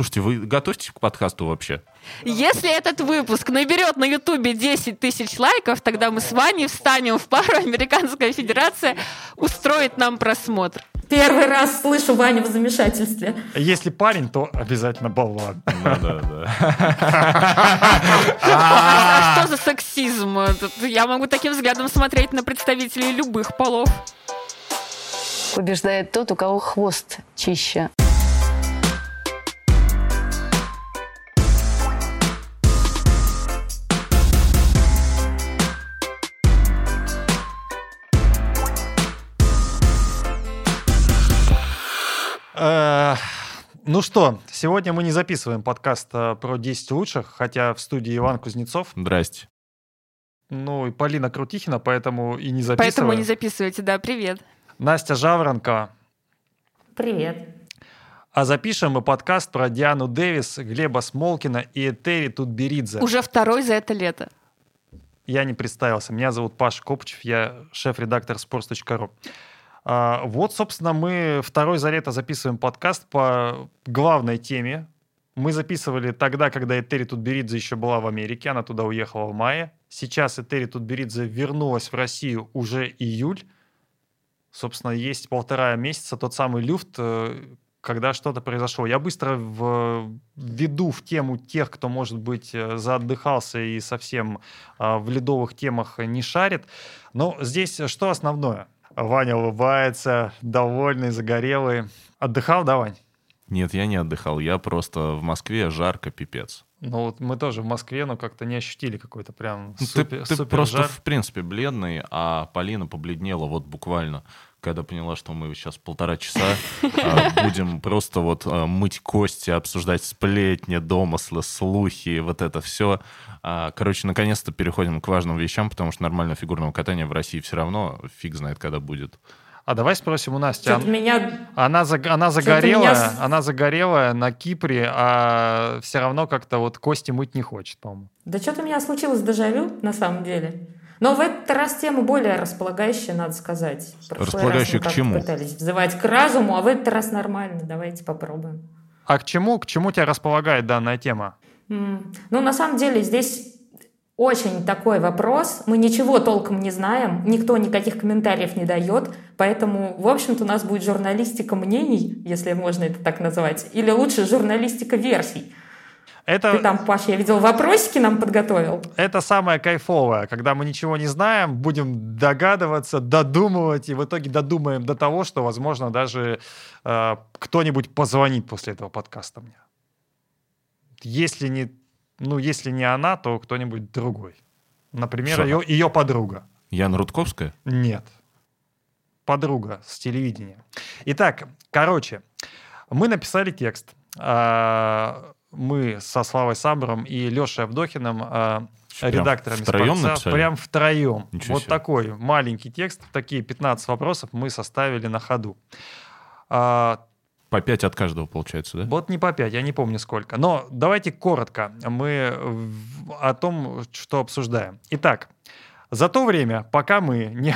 Слушайте, вы готовитесь к подкасту вообще? Если этот выпуск наберет на Ютубе 10 тысяч лайков, тогда мы с Ваней встанем в пару, Американская Федерация устроит нам просмотр. Первый раз слышу Ваню в замешательстве. Если парень, то обязательно болван. Ну да. А что за сексизм? Я могу таким взглядом смотреть на представителей любых полов. Побеждает тот, у кого хвост чище. Ну что, сегодня мы не записываем подкаст про 10 лучших, хотя в студии Иван Кузнецов. Здрасте. Ну и Полина Крутихина, поэтому и не записываем. Поэтому не записывайте, да, привет. Настя Жаворонкова. Привет. А запишем мы подкаст про Диану Дэвис, Глеба Смолкина и Этери Тутберидзе. Уже второй за это лето. Я не представился. Меня зовут Паша Копычев, я шеф-редактор sports.ru. Вот, собственно, мы второй за лето записываем подкаст по главной теме. Мы записывали тогда, когда Этери Тутберидзе еще была в Америке, она туда уехала в мае. Сейчас Этери Тутберидзе вернулась в Россию уже июль. Собственно, есть 1,5 месяца, тот самый люфт, когда что-то произошло. Я быстро введу в тему тех, кто, может быть, заотдыхался и совсем в ледовых темах не шарит. Но здесь что основное? Ваня улыбается, довольный, загорелый. Отдыхал, да, Вань? Нет, я не отдыхал, я просто в Москве, жарко, пипец. Ну вот мы тоже в Москве, но как-то не ощутили какой-то прям Ты супер просто, жар. в принципе, бледный, а Полина побледнела вот буквально, когда поняла, что мы сейчас 1,5 часа будем просто вот мыть кости, обсуждать сплетни, домыслы, слухи, вот это все. Короче, наконец-то переходим к важным вещам, потому что нормального фигурного катания в России все равно фиг знает, когда будет. А давай спросим у Насти. Она загорела на Кипре, а все равно как-то вот кости мыть не хочет, по-моему. Да что-то у меня случилось дежавю, на самом деле. Но в этот раз тема более располагающая, надо сказать. Располагающая к чему? Пытались взывать к разуму, а в этот раз нормально. Давайте попробуем. А к чему тебя располагает данная тема? Ну, на самом деле, здесь очень такой вопрос. Мы ничего толком не знаем, никто никаких комментариев не дает, поэтому, в общем-то, у нас будет журналистика мнений, если можно это так назвать, или лучше журналистика версий. Ты там, Паш, я видел, вопросики нам подготовил. Это самое кайфовое, когда мы ничего не знаем, будем догадываться, додумывать, и в итоге додумаем до того, что, возможно, даже кто-нибудь позвонит после этого подкаста мне. Если не она, то кто-нибудь другой. Например, ее подруга. Яна Рудковская? Нет. Подруга с телевидения. Итак, мы написали текст. Мы со Славой Сабуром и Лешей Авдохиным, редакторами «Спорца», прям втроем. Ничего вот себе. такой маленький текст, такие 15 вопросов мы составили на ходу. По 5 от каждого, получается, да? Вот не по 5, я не помню сколько. Но давайте коротко мы о том, что обсуждаем. Итак, за то время, пока мы не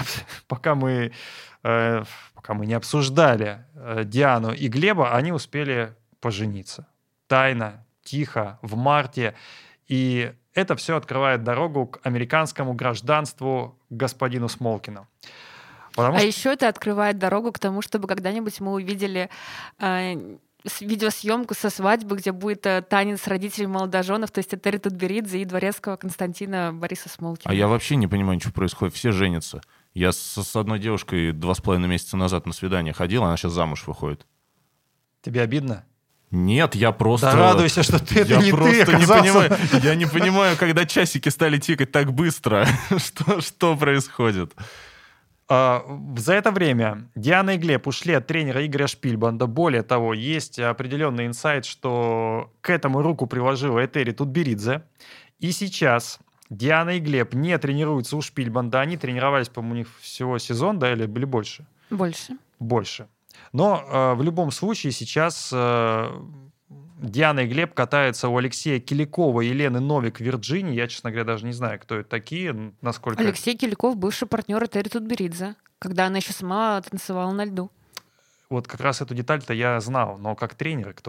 обсуждали Диану и Глеба, они успели пожениться. Тайно, тихо, в марте. И это все открывает дорогу к американскому гражданству господину Смолкину. Еще это открывает дорогу к тому, чтобы когда-нибудь мы увидели видеосъемку со свадьбы, где будет танец родителей молодоженов, то есть Этери Тутберидзе и дворецкого Константина Бориса Смолкина. А я вообще не понимаю, что происходит. Все женятся. Я с одной девушкой 2,5 месяца назад на свидание ходил, она сейчас замуж выходит. Тебе обидно? Нет, я просто... Да радуйся, что это не ты оказался. Я не понимаю, когда часики стали тикать так быстро. Что происходит? За это время Диана и Глеб ушли от тренера Игоря Шпильбанда. Более того, есть определенный инсайт, что к этому руку приложила Этери Тутберидзе. И сейчас Диана и Глеб не тренируются у Шпильбанда. Они тренировались, по-моему, у них всего сезон, да, или больше? Больше. Но в любом случае сейчас Диана и Глеб катаются у Алексея Киликова и Елены Новик в Вирджинии. Я, честно говоря, даже не знаю, кто это такие, насколько... Алексей Киликов — бывший партнер Этери Тутберидзе, когда она еще сама танцевала на льду. Вот как раз эту деталь-то я знал, но как тренеры кто они?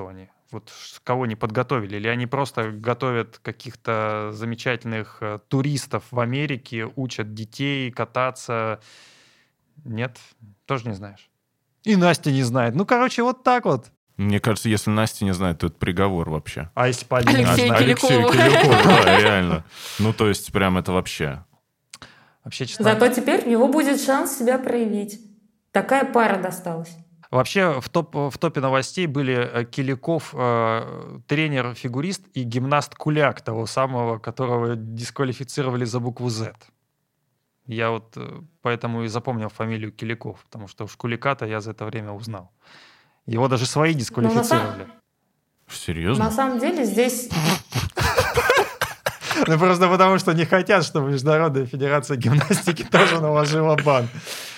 Вот кого не подготовили? Или они просто готовят каких-то замечательных туристов в Америке, учат детей кататься? Нет? Тоже не знаешь? И Настя не знает. Ну, короче, вот так вот. Мне кажется, если Настя не знает, то это приговор вообще. А если Полина не Алексей знает? Куликову. Алексею Куликову, да, реально. Ну, то есть, прям это вообще... Вообще, честно... Зато теперь у него будет шанс себя проявить. Такая пара досталась. Вообще в топе новостей были Киликов, тренер-фигурист и гимнаст Куляк, того самого, которого дисквалифицировали за букву «З». Я вот поэтому и запомнил фамилию Киликов, потому что уж Кулика-то я за это время узнал. Его даже свои дисквалифицировали. Серьезно? На самом деле здесь... Ну просто потому, что не хотят, чтобы Международная федерация гимнастики тоже наложила бан.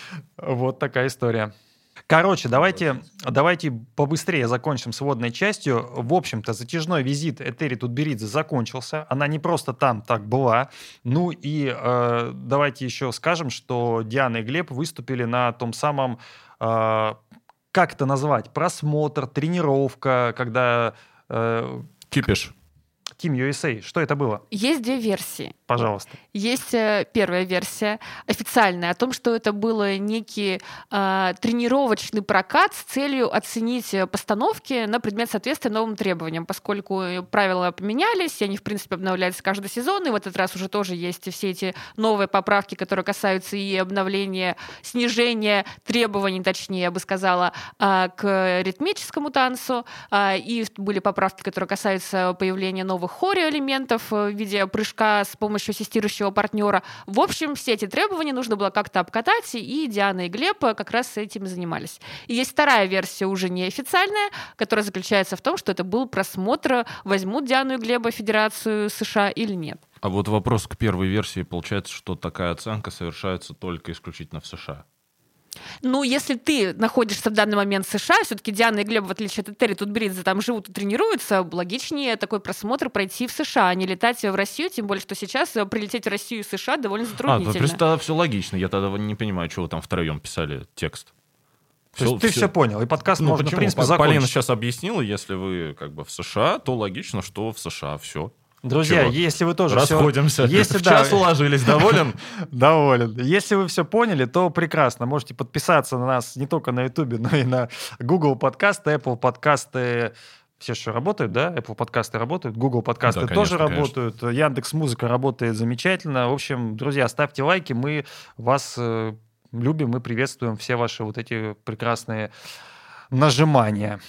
Вот такая история. Короче, давайте побыстрее закончим с вводной частью. В общем-то, затяжной визит Этери Тутберидзе закончился. Она не просто там так была. Ну и давайте еще скажем, что Диана и Глеб выступили на том самом, как это назвать, просмотр, тренировка, когда... Кипиш. Team USA. Что это было? Есть две версии. Пожалуйста. Есть первая версия, официальная, о том, что это был некий тренировочный прокат с целью оценить постановки на предмет соответствия новым требованиям, поскольку правила поменялись, и они, в принципе, обновляются каждый сезон, и в этот раз уже тоже есть все эти новые поправки, которые касаются и обновления, снижения требований, точнее, я бы сказала, к ритмическому танцу, и были поправки, которые касаются появления новых хореоэлементов в виде прыжка с помощью ассистирующего партнера. В общем, все эти требования нужно было как-то обкатать, и Диана и Глеб как раз этим занимались. И есть вторая версия, уже неофициальная, которая заключается в том, что это был просмотр, возьмут Диану и Глеба в Федерацию США или нет. А вот вопрос к первой версии. Получается, что такая оценка совершается только исключительно в США. Ну, если ты находишься в данный момент в США, все-таки Диана и Глеб, в отличие от Этери Тутберидзе, там живут и тренируются, логичнее такой просмотр пройти в США, а не летать в Россию, тем более, что сейчас прилететь в Россию и США довольно затруднительно. То есть тогда все логично. Я тогда не понимаю, чего вы там втроем писали текст. То есть ты все понял, и подкаст можно, почему? в принципе, Полина закончить. сейчас объяснила, если вы как бы в США, то логично, что в США все. Друзья, Чего? если вы тоже Расходимся. Если в час уложились. Доволен? Доволен. Если вы все поняли, то прекрасно. Можете подписаться на нас не только на YouTube, но и на Google подкасты, Apple подкасты. Все что работают, да? Apple подкасты работают, Google подкасты Да, тоже конечно, работают, Яндекс.Музыка работает замечательно. В общем, друзья, ставьте лайки, мы вас любим и приветствуем все ваши вот эти прекрасные нажимания.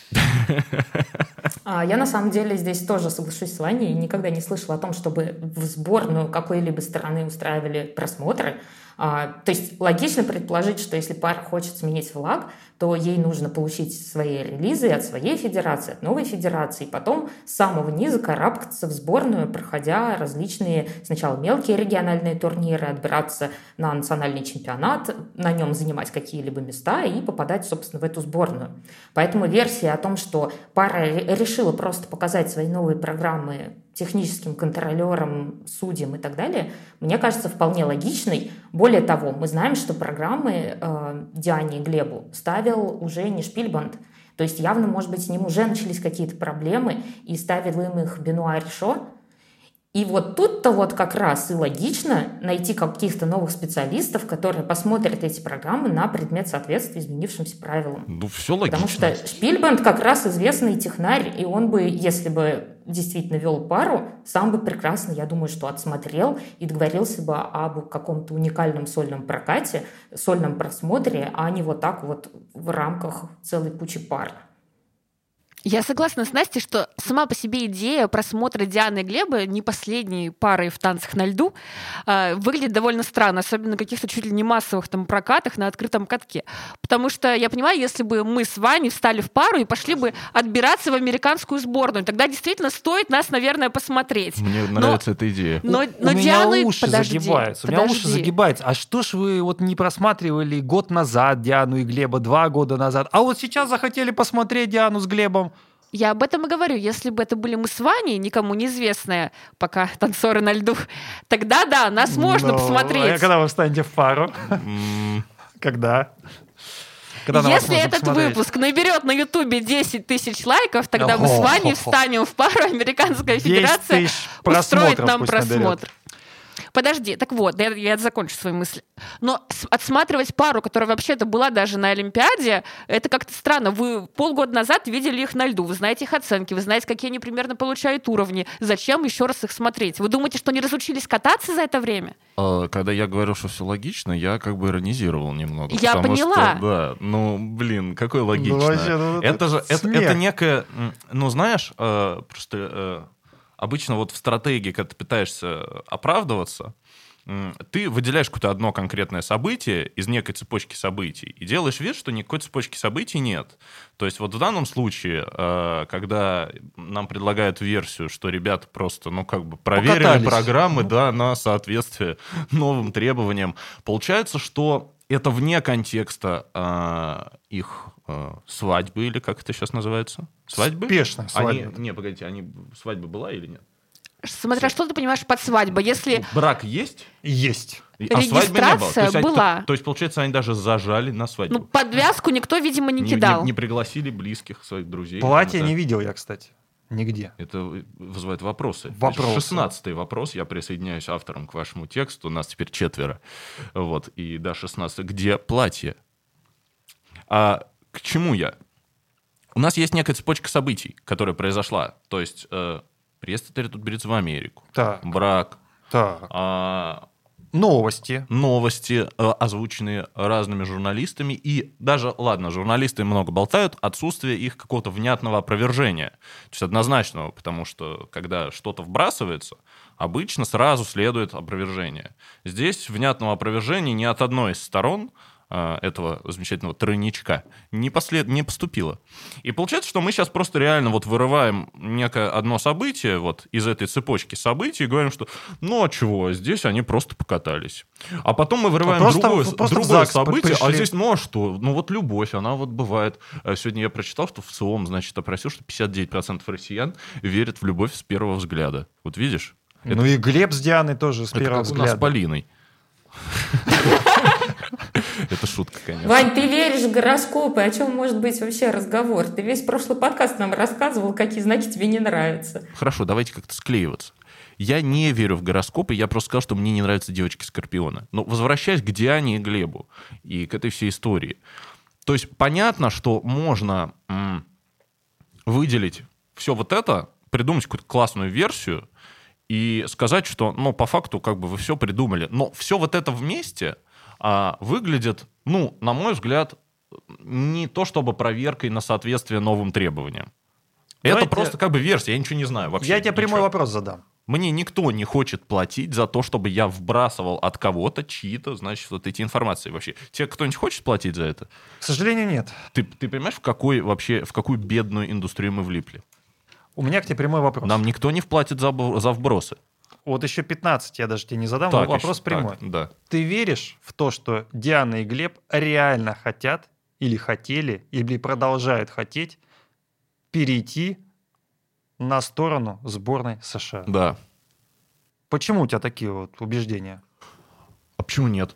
Я на самом деле здесь тоже соглашусь с Ваней. Никогда не слышала о том, чтобы в сборную какой-либо страны устраивали просмотры. То есть логично предположить, что если пара хочет сменить флаг, то ей нужно получить свои релизы от своей федерации, от новой федерации, и потом с самого низа карабкаться в сборную, проходя различные сначала мелкие региональные турниры, отбираться на национальный чемпионат, на нем занимать какие-либо места и попадать, собственно, в эту сборную. Поэтому версия о том, что пара решила просто показать свои новые программы техническим контролерам, судьям и так далее, мне кажется, вполне логичной. Более того, мы знаем, что программы Диане и Глебу ставил уже не Шпильбанд. То есть явно, может быть, с ним уже начались какие-то проблемы, и ставил им их Бенуа Ришо. И вот тут-то вот как раз и логично найти каких-то новых специалистов, которые посмотрят эти программы на предмет соответствия изменившимся правилам. Ну, все логично. Потому что Шпильбанд как раз известный технарь, и он бы, если бы действительно вел пару, сам бы прекрасно, я думаю, что отсмотрел и договорился бы об каком-то уникальном сольном прокате, сольном просмотре, а не вот так вот в рамках целой кучи пар. Я согласна с Настей, что сама по себе идея просмотра Дианы и Глеба, не последней парой в танцах на льду, выглядит довольно странно, особенно на каких-то чуть ли не массовых там прокатах на открытом катке. Потому что я понимаю, если бы мы с Ваней встали в пару и пошли бы отбираться в американскую сборную, тогда действительно стоит нас, наверное, посмотреть. Мне нравится эта идея. Но у меня Диану... уши загибаются. У меня уши загибаются. А что ж вы вот не просматривали год назад Диану и Глеба, 2 года назад, а вот сейчас захотели посмотреть Диану с Глебом? Я об этом и говорю. Если бы это были мы с Ваней, никому неизвестные пока танцоры на льду, тогда да, нас можно посмотреть. А когда вы встанете в пару? Когда? Когда на вас Если можно этот посмотреть? выпуск наберет на Ютубе 10 тысяч лайков, тогда мы с Ваней встанем в пару, Американская 10 Федерация тысяч устроит просмотров нам пусть наберет. просмотр. Подожди, так вот, я закончу свою мысль. Но отсматривать пару, которая вообще-то была даже на Олимпиаде, это как-то странно. Вы полгода назад видели их на льду, вы знаете их оценки, вы знаете, какие они примерно получают уровни. Зачем еще раз их смотреть? Вы думаете, что они разучились кататься за это время? Когда я говорил, что все логично, я как бы иронизировал немного. Я потому поняла. Что, да, какое логично. вообще, это же смех. это некое, знаешь, просто обычно вот в стратегии, когда ты пытаешься оправдываться, ты выделяешь какое-то одно конкретное событие из некой цепочки событий и делаешь вид, что никакой цепочки событий нет. То есть вот в данном случае, когда нам предлагают версию, что ребята просто, проверили Покатались. программы, да, на соответствие новым требованиям, получается, что это вне контекста их свадьбы, или как это сейчас называется? Свадьбы? Успешная свадьба. Свадьба была или нет? Смотря что ты понимаешь под свадьбой. Если Брак есть? Есть. А свадьбы не было. Регистрация была. То есть, получается, они даже зажали на свадьбу. подвязку никто, видимо, не кидал. Не пригласили близких своих друзей. Платье Там, не это- видел я, кстати. Нигде. Это вызывает вопросы. Вопросы. 16-й вопрос. Я присоединяюсь автором к вашему тексту. У нас теперь 4. Вот. И да, 16-й. Где платье? А к чему я? У нас есть некая цепочка событий, которая произошла. То есть приезд тут берется в Америку. Так, Брак. так. Новости. Новости, озвученные разными журналистами. И даже, ладно, журналисты много болтают, отсутствие их какого-то внятного опровержения. То есть однозначного, потому что когда что-то вбрасывается, обычно сразу следует опровержение. Здесь внятного опровержения ни от одной из сторон этого замечательного тройничка не поступило. И получается, что мы сейчас просто реально вот вырываем некое одно событие вот из этой цепочки событий и говорим, что а чего, здесь они просто покатались. А потом мы вырываем другое в ЗАГС событие, а пришли. здесь, а что? Вот любовь, она вот бывает. Сегодня я прочитал, что в ЦИОМ, опросил, что 59% россиян верят в любовь с первого взгляда. Вот видишь? Ну и Глеб с Дианой тоже с Это первого как у нас с взгляда. Полиной. Это шутка, конечно. Вань, ты веришь в гороскопы? О чем может быть вообще разговор? Ты весь прошлый подкаст нам рассказывал, какие знаки тебе не нравятся. Хорошо, давайте как-то склеиваться. Я не верю в гороскопы, я просто сказал, что мне не нравятся девочки-скорпионы. Но возвращаясь к Диане и Глебу и к этой всей истории. То есть понятно, что можно выделить все вот это, придумать какую-то классную версию и сказать, что, по факту, как бы вы все придумали. Но все вот это вместе выглядит, на мой взгляд, не то чтобы проверкой на соответствие новым требованиям. Давайте- Это просто как бы версия, я ничего не знаю вообще. Я тебе прямой ничего. вопрос задам. Мне никто не хочет платить за то, чтобы я вбрасывал от кого-то чьи-то, значит, вот эти информации вообще. Тебе кто-нибудь хочет платить за это? К сожалению, нет. Ты понимаешь, в какую бедную индустрию мы влипли? У меня к тебе прямой вопрос. Нам никто не вплатит за вбросы. Вот еще 15 я даже тебе не задам, но вопрос еще- прямой. так, да. Ты веришь в то, что Диана и Глеб реально хотят или хотели, или продолжают хотеть перейти на сторону сборной США? Да. Почему у тебя такие вот убеждения? А почему нет?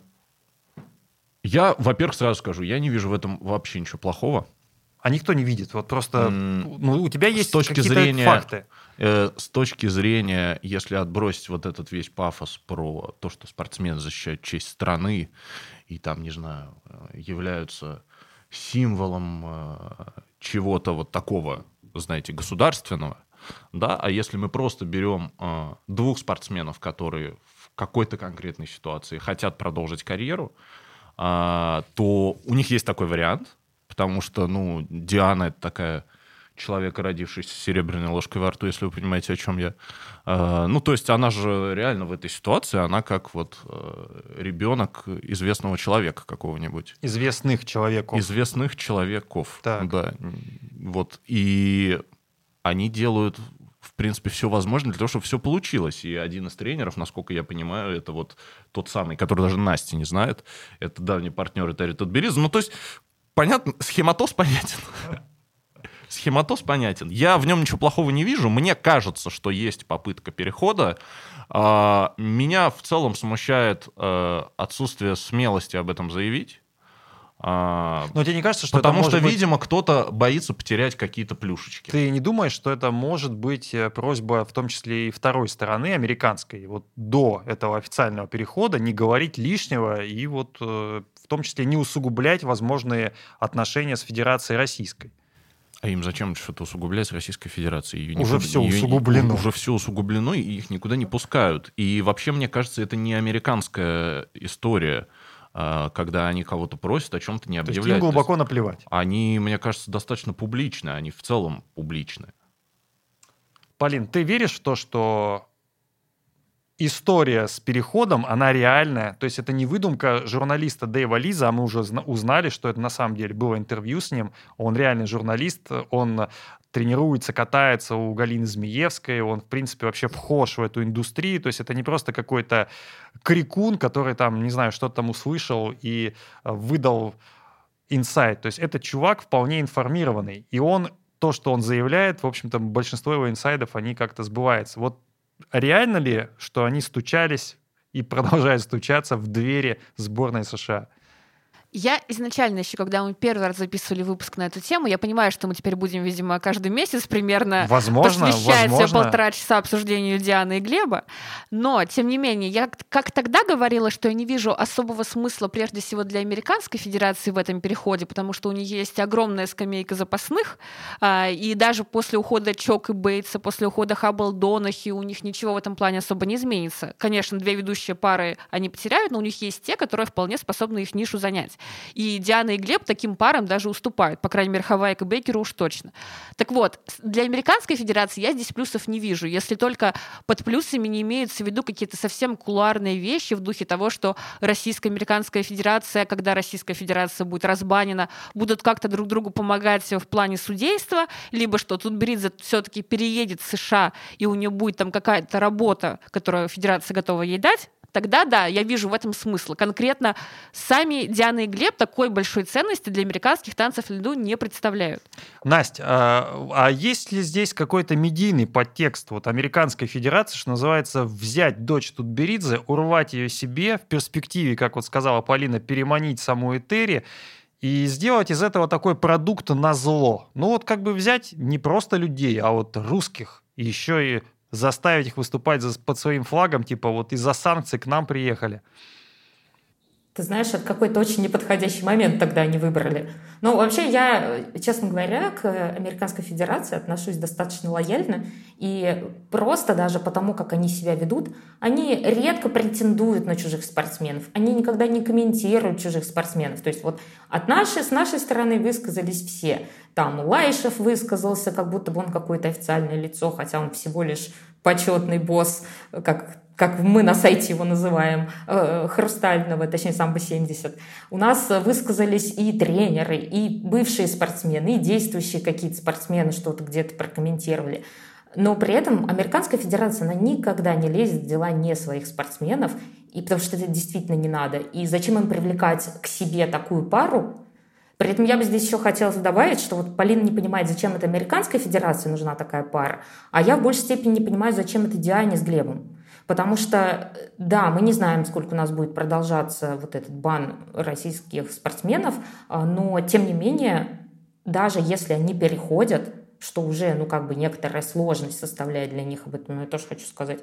Я, во-первых, сразу скажу, я не вижу в этом вообще ничего плохого. А никто не видит. Вот просто у тебя есть С точки какие-то зрения- факты. С точки зрения, если отбросить вот этот весь пафос про то, что спортсмены защищают честь страны и там, не знаю, являются символом чего-то вот такого, знаете, государственного, да, а если мы просто берем двух спортсменов, которые в какой-то конкретной ситуации хотят продолжить карьеру, то у них есть такой вариант, потому что, Диана — это такая человека, родившийся с серебряной ложкой во рту, если вы понимаете, о чем я. То есть она же реально в этой ситуации, она как вот ребенок известного человека какого-нибудь. Известных человеков. Известных человеков. Так. Да. Вот. И они делают, в принципе, все возможное для того, чтобы все получилось. И один из тренеров, насколько я понимаю, это вот тот самый, который даже Настя не знает. Это давний партнер Этери Тутберидзе. То есть, понятно, схематоз понятен. Схематоз понятен. Я в нем ничего плохого не вижу. Мне кажется, что есть попытка перехода. Меня в целом смущает отсутствие смелости об этом заявить. Но тебе не кажется, что Потому это что, может быть... видимо, кто-то боится потерять какие-то плюшечки. Ты не думаешь, что это может быть просьба, в том числе и второй стороны, американской, вот до этого официального перехода не говорить лишнего и вот в том числе не усугублять возможные отношения с Федерацией Российской? А им зачем что-то усугублять с Российской Федерацией? Уже все усугублено. Уже все усугублено, и их никуда не пускают. И вообще, мне кажется, это не американская история, когда они кого-то просят о чем-то не объявлять. То есть им глубоко наплевать. Они, мне кажется, достаточно публичны, они в целом публичны. Полин, ты веришь в то, что история с переходом, она реальная? То есть это не выдумка журналиста Дэйва Лиза, а мы уже узнали, что это на самом деле было интервью с ним. Он реальный журналист, он тренируется, катается у Галины Змеевской, он, в принципе, вообще вхож в эту индустрию, то есть это не просто какой-то крикун, который там, не знаю, что-то там услышал и выдал инсайт, то есть это чувак вполне информированный, и он, то, что он заявляет, в общем-то, большинство его инсайдов, они как-то сбываются. Вот реально ли, что они стучались и продолжают стучаться в двери сборной США? Я изначально еще, когда мы первый раз записывали выпуск на эту тему, я понимаю, что мы теперь будем, видимо, каждый месяц примерно посвящать 1,5 часа обсуждению Дианы и Глеба. Но, тем не менее, я как тогда говорила, что я не вижу особого смысла, прежде всего, для Американской Федерации в этом переходе, потому что у них есть огромная скамейка запасных, и даже после ухода Чок и Бейтса, после ухода Хаббл Донахи, у них ничего в этом плане особо не изменится. Конечно, 2 ведущие пары они потеряют, но у них есть те, которые вполне способны их нишу занять. И Диана и Глеб таким парам даже уступают. По крайней мере, Хавайк и Бейкеру уж точно. Так вот, для Американской Федерации я здесь плюсов не вижу. Если только под плюсами не имеются в виду какие-то совсем кулуарные вещи в духе того, что Российско-Американская Федерация, когда Российская Федерация будет разбанена, будут как-то друг другу помогать в плане судейства, либо что Тутберидзе все-таки переедет в США, и у нее будет там какая-то работа, которую Федерация готова ей дать. Тогда, да, я вижу в этом смысл. Конкретно сами Диана и Глеб такой большой ценности для американских танцев в льду не представляют. Настя, а есть ли здесь какой-то медийный подтекст вот Американской Федерации, что называется, взять дочь Тутберидзе, урвать ее себе, в перспективе, как вот сказала Полина, переманить саму Этери и сделать из этого такой продукт назло? Ну вот как бы взять не просто людей, а вот русских, и еще и заставить их выступать под своим флагом, типа вот из-за санкций к нам приехали. Ты знаешь, это какой-то очень неподходящий момент тогда они выбрали. Но вообще я, честно говоря, к Американской Федерации отношусь достаточно лояльно. И просто даже потому, как они себя ведут, они редко претендуют на чужих спортсменов. Они никогда не комментируют чужих спортсменов. То есть вот с нашей стороны высказались все. Там Лайшев высказался, как будто бы он какое-то официальное лицо, хотя он всего лишь почетный босс, как мы на сайте его называем, хрустального, точнее, самбо-70. У нас высказались и тренеры, и бывшие спортсмены, и действующие какие-то спортсмены что-то где-то прокомментировали. Но при этом Американская Федерация, она никогда не лезет в дела не своих спортсменов, и потому что это действительно не надо. И зачем им привлекать к себе такую пару? При этом я бы здесь еще хотела добавить, что вот Полина не понимает, зачем это Американской Федерации нужна такая пара, а я в большей степени не понимаю, зачем это Диане с Глебом. Потому что, да, мы не знаем, сколько у нас будет продолжаться вот этот бан российских спортсменов, но, тем не менее, даже если они переходят, что уже, некоторая сложность составляет для них, об этом я тоже хочу сказать,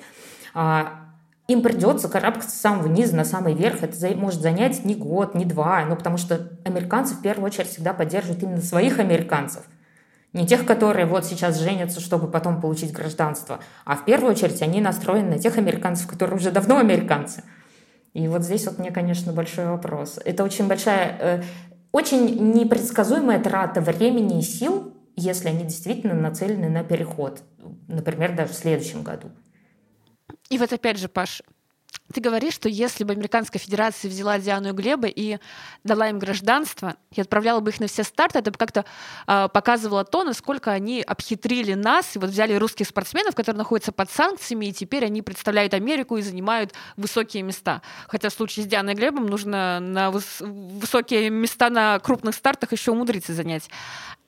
им придется карабкаться с самого низа на самый верх. Это может занять не год, не два, потому что американцы в первую очередь всегда поддерживают именно своих американцев. Не тех, которые вот сейчас женятся, чтобы потом получить гражданство, а в первую очередь они настроены на тех американцев, которые уже давно американцы. И вот здесь вот мне, конечно, большой вопрос. Это очень большая, очень непредсказуемая трата времени и сил, если они действительно нацелены на переход, например, даже в следующем году. И вот опять же, Паш, ты говоришь, что если бы Американская Федерация взяла Диану и Глеба и дала им гражданство, и отправляла бы их на все старты, это бы как-то показывало то, насколько они обхитрили нас, и вот взяли русских спортсменов, которые находятся под санкциями, и теперь они представляют Америку и занимают высокие места. Хотя в случае с Дианой и Глебом нужно на высокие места на крупных стартах еще умудриться занять.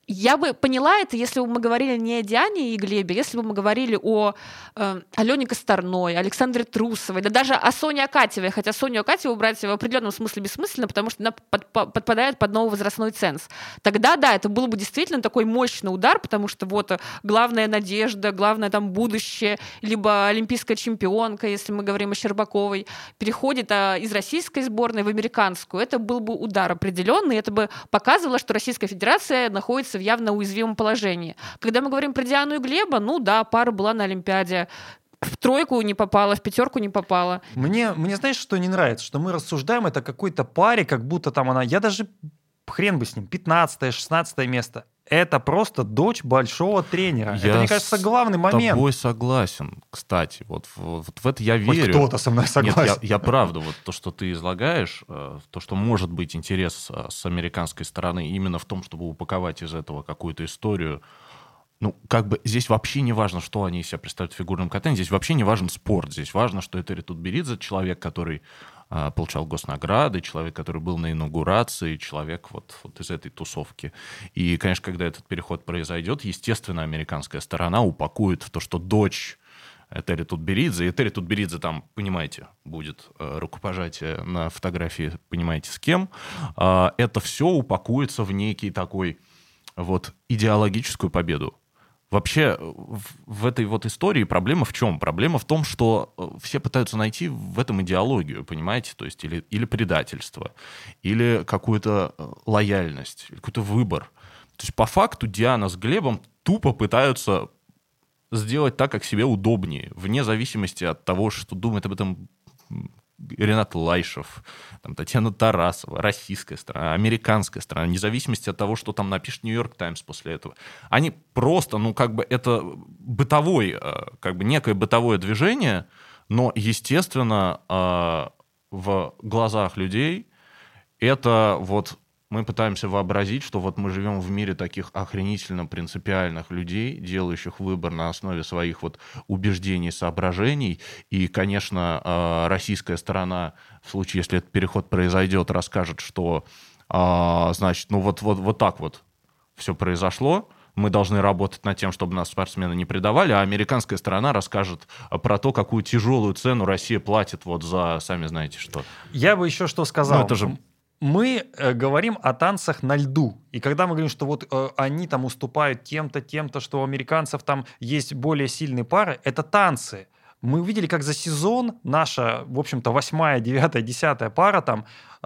Я бы поняла это, если бы мы говорили не о Диане и Глебе, если бы мы говорили о Алене Косторной, Александре Трусовой, да даже о Соне Акатьевой, хотя Соню Акатьеву брать в определенном смысле бессмысленно, потому что она подпадает под новый возрастной ценз. Тогда, да, это был бы действительно такой мощный удар, потому что вот главная надежда, главное там будущее, либо олимпийская чемпионка, если мы говорим о Щербаковой, переходит из российской сборной в американскую. Это был бы удар определенный, это бы показывало, что Российская Федерация находится в явно уязвимом положении. Когда мы говорим про Диану и Глеба, ну да, пара была на Олимпиаде. В тройку не попала, в пятерку не попала. Мне знаешь, что не нравится? Что мы рассуждаем это о какой-то паре, как будто там она... Я даже хрен бы с ним, 15-е, 16 место. Это просто дочь большого тренера. Это, мне кажется, главный момент. Я с тобой согласен, кстати. Вот в это я Хоть верю. кто-то со мной согласен. Нет, я правда, вот то, что ты излагаешь, то, что может быть интерес с американской стороны именно в том, чтобы упаковать из этого какую-то историю. Ну, как бы здесь вообще не важно, что они из себя представляют в фигурном катании, здесь вообще не важен спорт, здесь важно, что это Этери Тутберидзе, человек, который получал госнаграды, человек, который был на инаугурации, человек вот из этой тусовки. И, конечно, когда этот переход произойдет, естественно, американская сторона упакует в то, что дочь Этери Тутберидзе, и Этери Тутберидзе там, понимаете, будет рукопожатие на фотографии, понимаете, с кем, это все упакуется в некий такой вот идеологическую победу. Вообще в этой вот истории проблема в чем? Проблема в том, что все пытаются найти в этом идеологию, понимаете? То есть или предательство, или какую-то лояльность, или какой-то выбор. То есть по факту Диана с Глебом тупо пытаются сделать так, как себе удобнее, вне зависимости от того, что думает об этом Ренат Лайшев, там, Татьяна Тарасова, российская страна, американская страна, вне зависимости от того, что там напишет Нью-Йорк Таймс после этого. Они просто, ну, как бы это бытовой, как бы некое бытовое движение, но, естественно, в глазах людей это вот мы пытаемся вообразить, что вот мы живем в мире таких охренительно принципиальных людей, делающих выбор на основе своих вот убеждений, соображений. И, конечно, российская сторона, в случае, если этот переход произойдет, расскажет, что, значит, ну вот так вот все произошло, мы должны работать над тем, чтобы нас спортсмены не предавали, а американская сторона расскажет про то, какую тяжелую цену Россия платит вот за, сами знаете что. Я бы еще что сказал. Ну, это же... Мы говорим о танцах на льду. И когда мы говорим, что вот они там уступают тем-то, что у американцев там есть более сильные пары, это танцы. Мы увидели, как за сезон наша, в общем-то, 8-я, 9-я, 10-я пара там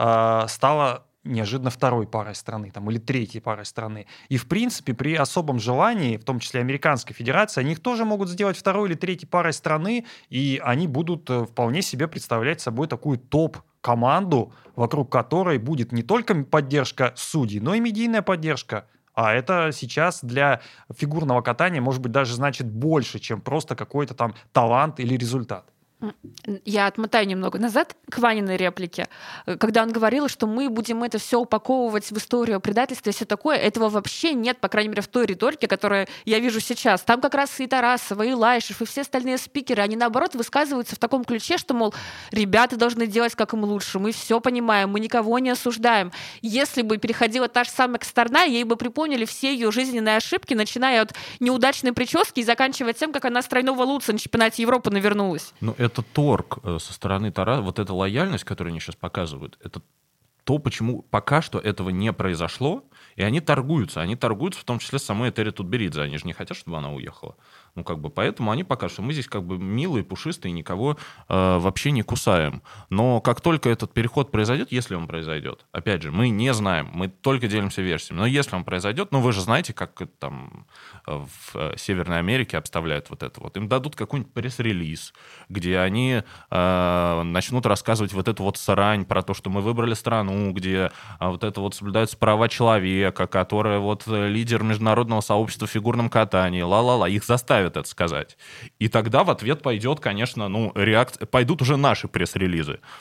стала неожиданно второй парой страны там, или третьей парой страны. И, в принципе, при особом желании, в том числе Американской Федерации, они их тоже могут сделать второй или третьей парой страны, и они будут вполне себе представлять собой такую топ-команду, вокруг которой будет не только поддержка судей, но и медийная поддержка. А это сейчас для фигурного катания, может быть, даже значит больше, чем просто какой-то там талант или результат. Я отмотаю немного назад к Ваниной реплике, когда он говорил, что мы будем это все упаковывать в историю предательства и все такое. Этого вообще нет, по крайней мере, в той риторике, которую я вижу сейчас. Там как раз и Тарасова, и Лайшев, и все остальные спикеры, они, наоборот, высказываются в таком ключе, что, мол, ребята должны делать как им лучше, мы все понимаем, мы никого не осуждаем. Если бы переходила та же самая Косторная, ей бы припомнили все ее жизненные ошибки, начиная от неудачной прически и заканчивая тем, как она с тройного луца на чемпионате Европы навернулась. Ну, это торг со стороны Тараса, вот эта лояльность, которую они сейчас показывают, это то, почему пока что этого не произошло, и они торгуются в том числе с самой Этери Тутберидзе, они же не хотят, чтобы она уехала. Ну, как бы, поэтому они покажут, что мы здесь как бы милые, пушистые, никого вообще не кусаем. Но как только этот переход произойдет, если он произойдет, опять же, мы не знаем, мы только делимся версиями, но если он произойдет, ну, вы же знаете, как там в Северной Америке обставляют вот это вот. Им дадут какой-нибудь пресс-релиз, где они начнут рассказывать вот эту вот срань про то, что мы выбрали страну, где вот это вот соблюдаются права человека, которая вот лидер международного сообщества в фигурном катании, ла-ла-ла, их заставят это сказать. И тогда в ответ пойдет, конечно, ну, пойдут уже наши пресс-релизы.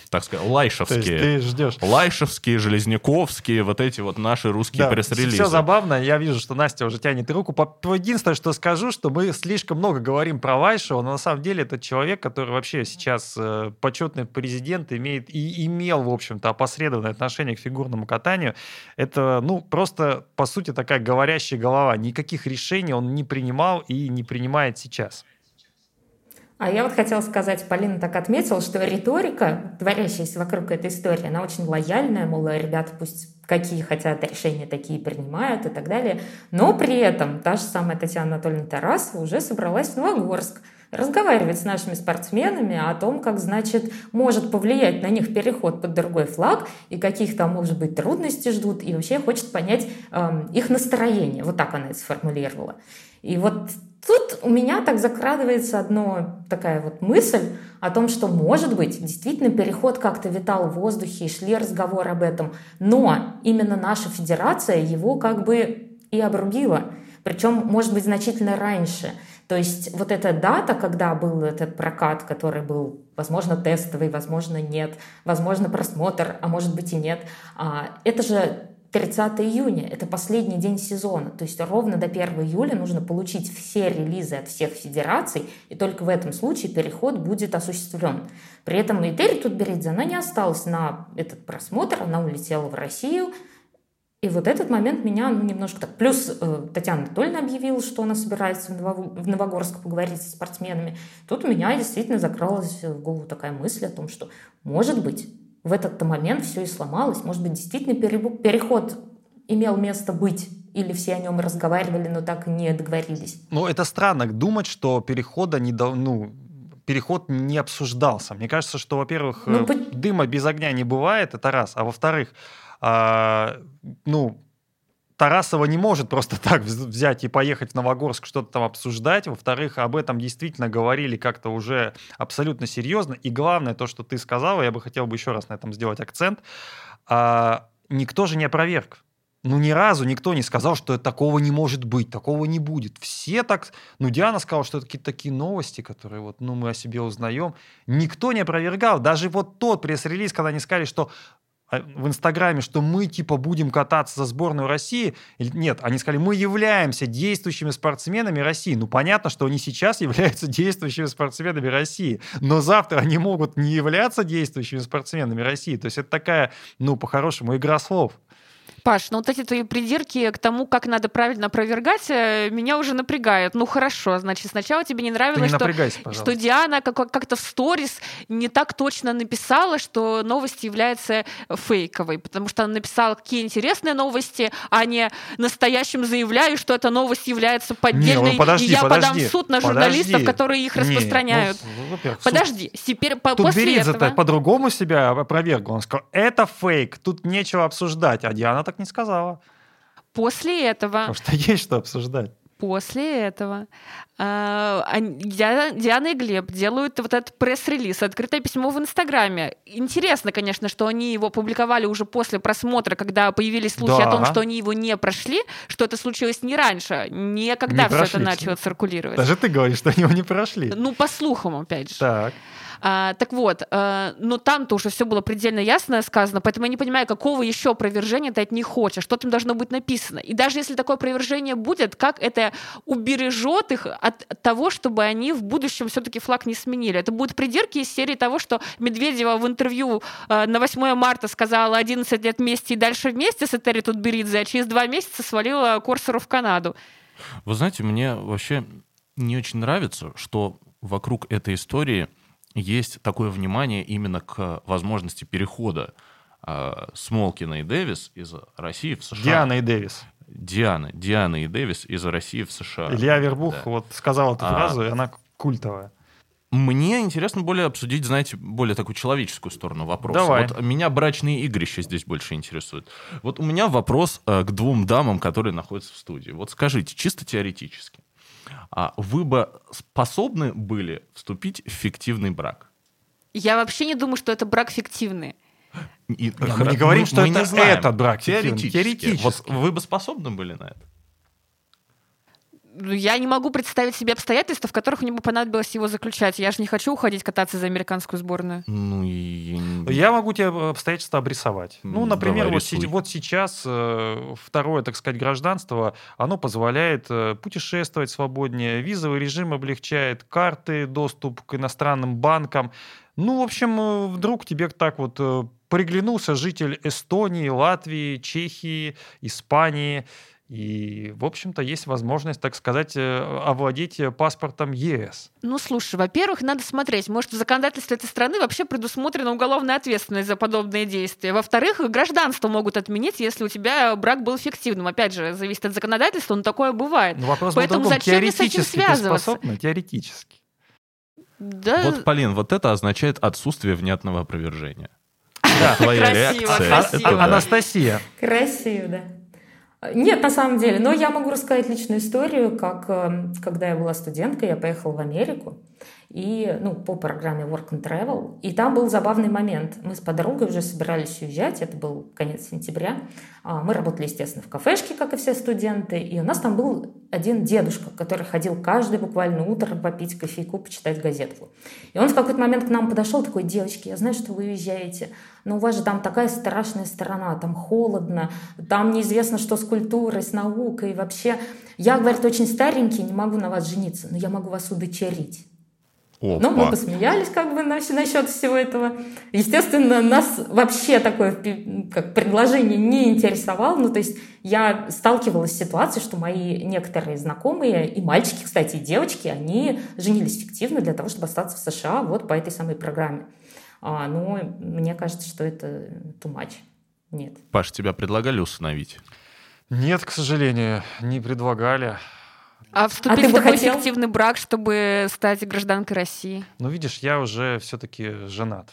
так сказать, То есть лайшевские. ты ждешь. Лайшевские, железняковские, вот эти вот наши русские Да, пресс-релизы. все забавно. Я вижу, что Настя уже тянет руку. Единственное, что скажу, что мы слишком много говорим про Лайшева, но на самом деле это человек, который вообще сейчас почетный президент, имеет и имел, в общем-то, опосредованное отношение к фигурному катанию. Это, просто, по сути, такая говорящая голова. Никаких решений он не принимал и не принимает сейчас. А я вот хотела сказать, Полина так отметила, что риторика, творящаяся вокруг этой истории, она очень лояльная, мол, ребята пусть какие хотят решения, такие принимают и так далее. Но при этом та же самая Татьяна Анатольевна Тарасова уже собралась в Новогорск разговаривать с нашими спортсменами о том, как, значит, может повлиять на них переход под другой флаг и каких там, может быть, трудностей ждут, и вообще хочет понять их настроение. Вот так она это сформулировала. И вот тут у меня так закрадывается одна такая вот мысль о том, что, может быть, действительно переход как-то витал в воздухе, и шли разговоры об этом, но именно наша федерация его как бы и обрубила, причем, может быть, значительно раньше. То есть вот эта дата, когда был этот прокат, который был, возможно, тестовый, возможно, нет, возможно, просмотр, а может быть и нет, это же 30 июня, это последний день сезона, то есть ровно до 1 июля нужно получить все релизы от всех федераций, и только в этом случае переход будет осуществлен. При этом и Терри Тутберидзе, она не осталась на этот просмотр, она улетела в Россию, и вот этот момент меня немножко так... Плюс Татьяна Анатольевна объявила, что она собирается в Новогорск поговорить со спортсменами. Тут у меня действительно закралась в голову такая мысль о том, что, может быть, в этот момент все и сломалось. Может быть, действительно переход имел место быть, или все о нем разговаривали, но так и не договорились. Это странно думать, что переход не обсуждался. Мне кажется, что, во-первых, дыма без огня не бывает, это раз. А во-вторых, Тарасова не может просто так взять и поехать в Новогорск что-то там обсуждать. Во-вторых, об этом действительно говорили как-то уже абсолютно серьезно. И главное, то, что ты сказала, я бы хотел еще раз на этом сделать акцент, никто же не опроверг. Ни разу никто не сказал, что такого не может быть, такого не будет. Все так... Диана сказала, что это какие-то такие новости, которые мы о себе узнаем. Никто не опровергал. Даже вот тот пресс-релиз, когда они сказали, что в Инстаграме, что мы будем кататься за сборную России. Нет, они сказали, мы являемся действующими спортсменами России. Понятно, что они сейчас являются действующими спортсменами России, но завтра они могут не являться действующими спортсменами России. То есть это такая, по-хорошему, игра слов. Паш, вот эти твои придирки к тому, как надо правильно опровергать, меня уже напрягают. Хорошо, значит, сначала тебе не нравилось, что Диана как-то в сторис не так точно написала, что новость является фейковой, потому что она написала, какие интересные новости, а не настоящим заявляю, что эта новость является поддельной, и я подам в суд на журналистов, которые их распространяют. Подожди, теперь после этого... по-другому себя опровергла. Он сказал, это фейк, тут нечего обсуждать, а Диана так не сказала. После этого... Потому что есть что обсуждать. После этого Диана и Глеб делают вот этот пресс-релиз, открытое письмо в Инстаграме. Интересно, конечно, что они его публиковали уже после просмотра, когда появились слухи о том, что они его не прошли, что это случилось не раньше, не когда все это начало циркулировать. Даже ты говоришь, что они его не прошли. По слухам, опять же. Так. Так вот, но там-то уже все было предельно ясно сказано, поэтому я не понимаю, какого еще опровержения ты от них хочешь, что там должно быть написано. И даже если такое опровержение будет, как это убережет их от того, чтобы они в будущем все-таки флаг не сменили. Это будут придирки из серии того, что Медведева в интервью на 8 марта сказала 11 лет вместе и дальше вместе с Этери Тутберидзе, а через 2 месяца свалила Корсару в Канаду. Вы знаете, мне вообще не очень нравится, что вокруг этой истории есть такое внимание именно к возможности перехода Смолкина и Дэвис из России в США. Диана и Дэвис. Диана и Дэвис из России в США. Илья Вербух сказал эту фразу, и она культовая. Мне интересно более обсудить, знаете, более такую человеческую сторону вопроса. Давай. Меня брачные игрища здесь больше интересуют. У меня вопрос к 2 дамам, которые находятся в студии. Скажите, чисто теоретически, вы бы способны были вступить в фиктивный брак? Я вообще не думаю, что это брак фиктивный. Мы не говорим, что это этот брак теоретически. Вы бы способны были на это? Я не могу представить себе обстоятельства, в которых мне бы понадобилось его заключать. Я же не хочу уходить кататься за американскую сборную. Ну, Я могу тебе обстоятельства обрисовать. Ну, например, давай, вот, рисуй. вот сейчас второе, так сказать, гражданство, оно позволяет путешествовать свободнее, визовый режим облегчает, карты, доступ к иностранным банкам. Ну, в общем, вдруг тебе так вот приглянулся житель Эстонии, Латвии, Чехии, Испании. И, в общем-то, есть возможность, так сказать, овладеть паспортом ЕС. Ну, слушай, во-первых, надо смотреть. Может, в законодательстве этой страны вообще предусмотрена уголовная ответственность за подобные действия. Во-вторых, гражданство могут отменить, если у тебя брак был фиктивным. Опять же, зависит от законодательства, но такое бывает. Но вопрос Поэтому в другом. зачем мне с этим Теоретически ты связываться? способна? Теоретически. Да, Вот, Полин, вот это означает отсутствие внятного опровержения. Да. Твоя Красиво, реакция. красиво. это да. Анастасия. Красиво, да. Нет, на самом деле, но я могу рассказать личную историю, как когда я была студенткой, я поехала в Америку и, по программе Work and Travel, и там был забавный момент. Мы с подругой уже собирались уезжать, это был конец сентября. Мы работали, естественно, в кафешке, как и все студенты, и у нас там был один дедушка, который ходил каждое буквально утро попить кофейку, почитать газетку. И он в какой-то момент к нам подошел, такой: девочки, я знаю, что вы уезжаете, но у вас же там такая страшная страна, там холодно, там неизвестно, что с культурой, с наукой, и вообще. Я, говорит, очень старенький, не могу на вас жениться, но я могу вас удочерить. Опа. Ну, мы посмеялись как бы насчет всего этого. Естественно, нас вообще такое как предложение не интересовало. Ну, то есть я сталкивалась с ситуацией, что мои некоторые знакомые, и мальчики, кстати, и девочки, они женились фиктивно для того, чтобы остаться в США вот по этой самой программе. Но мне кажется, что это too much. Нет. Паш, тебя предлагали усыновить? Нет, к сожалению, не предлагали. А вступить ты в бы такой хотел? фиктивный брак, чтобы стать гражданкой России? Но видишь, я уже все-таки женат.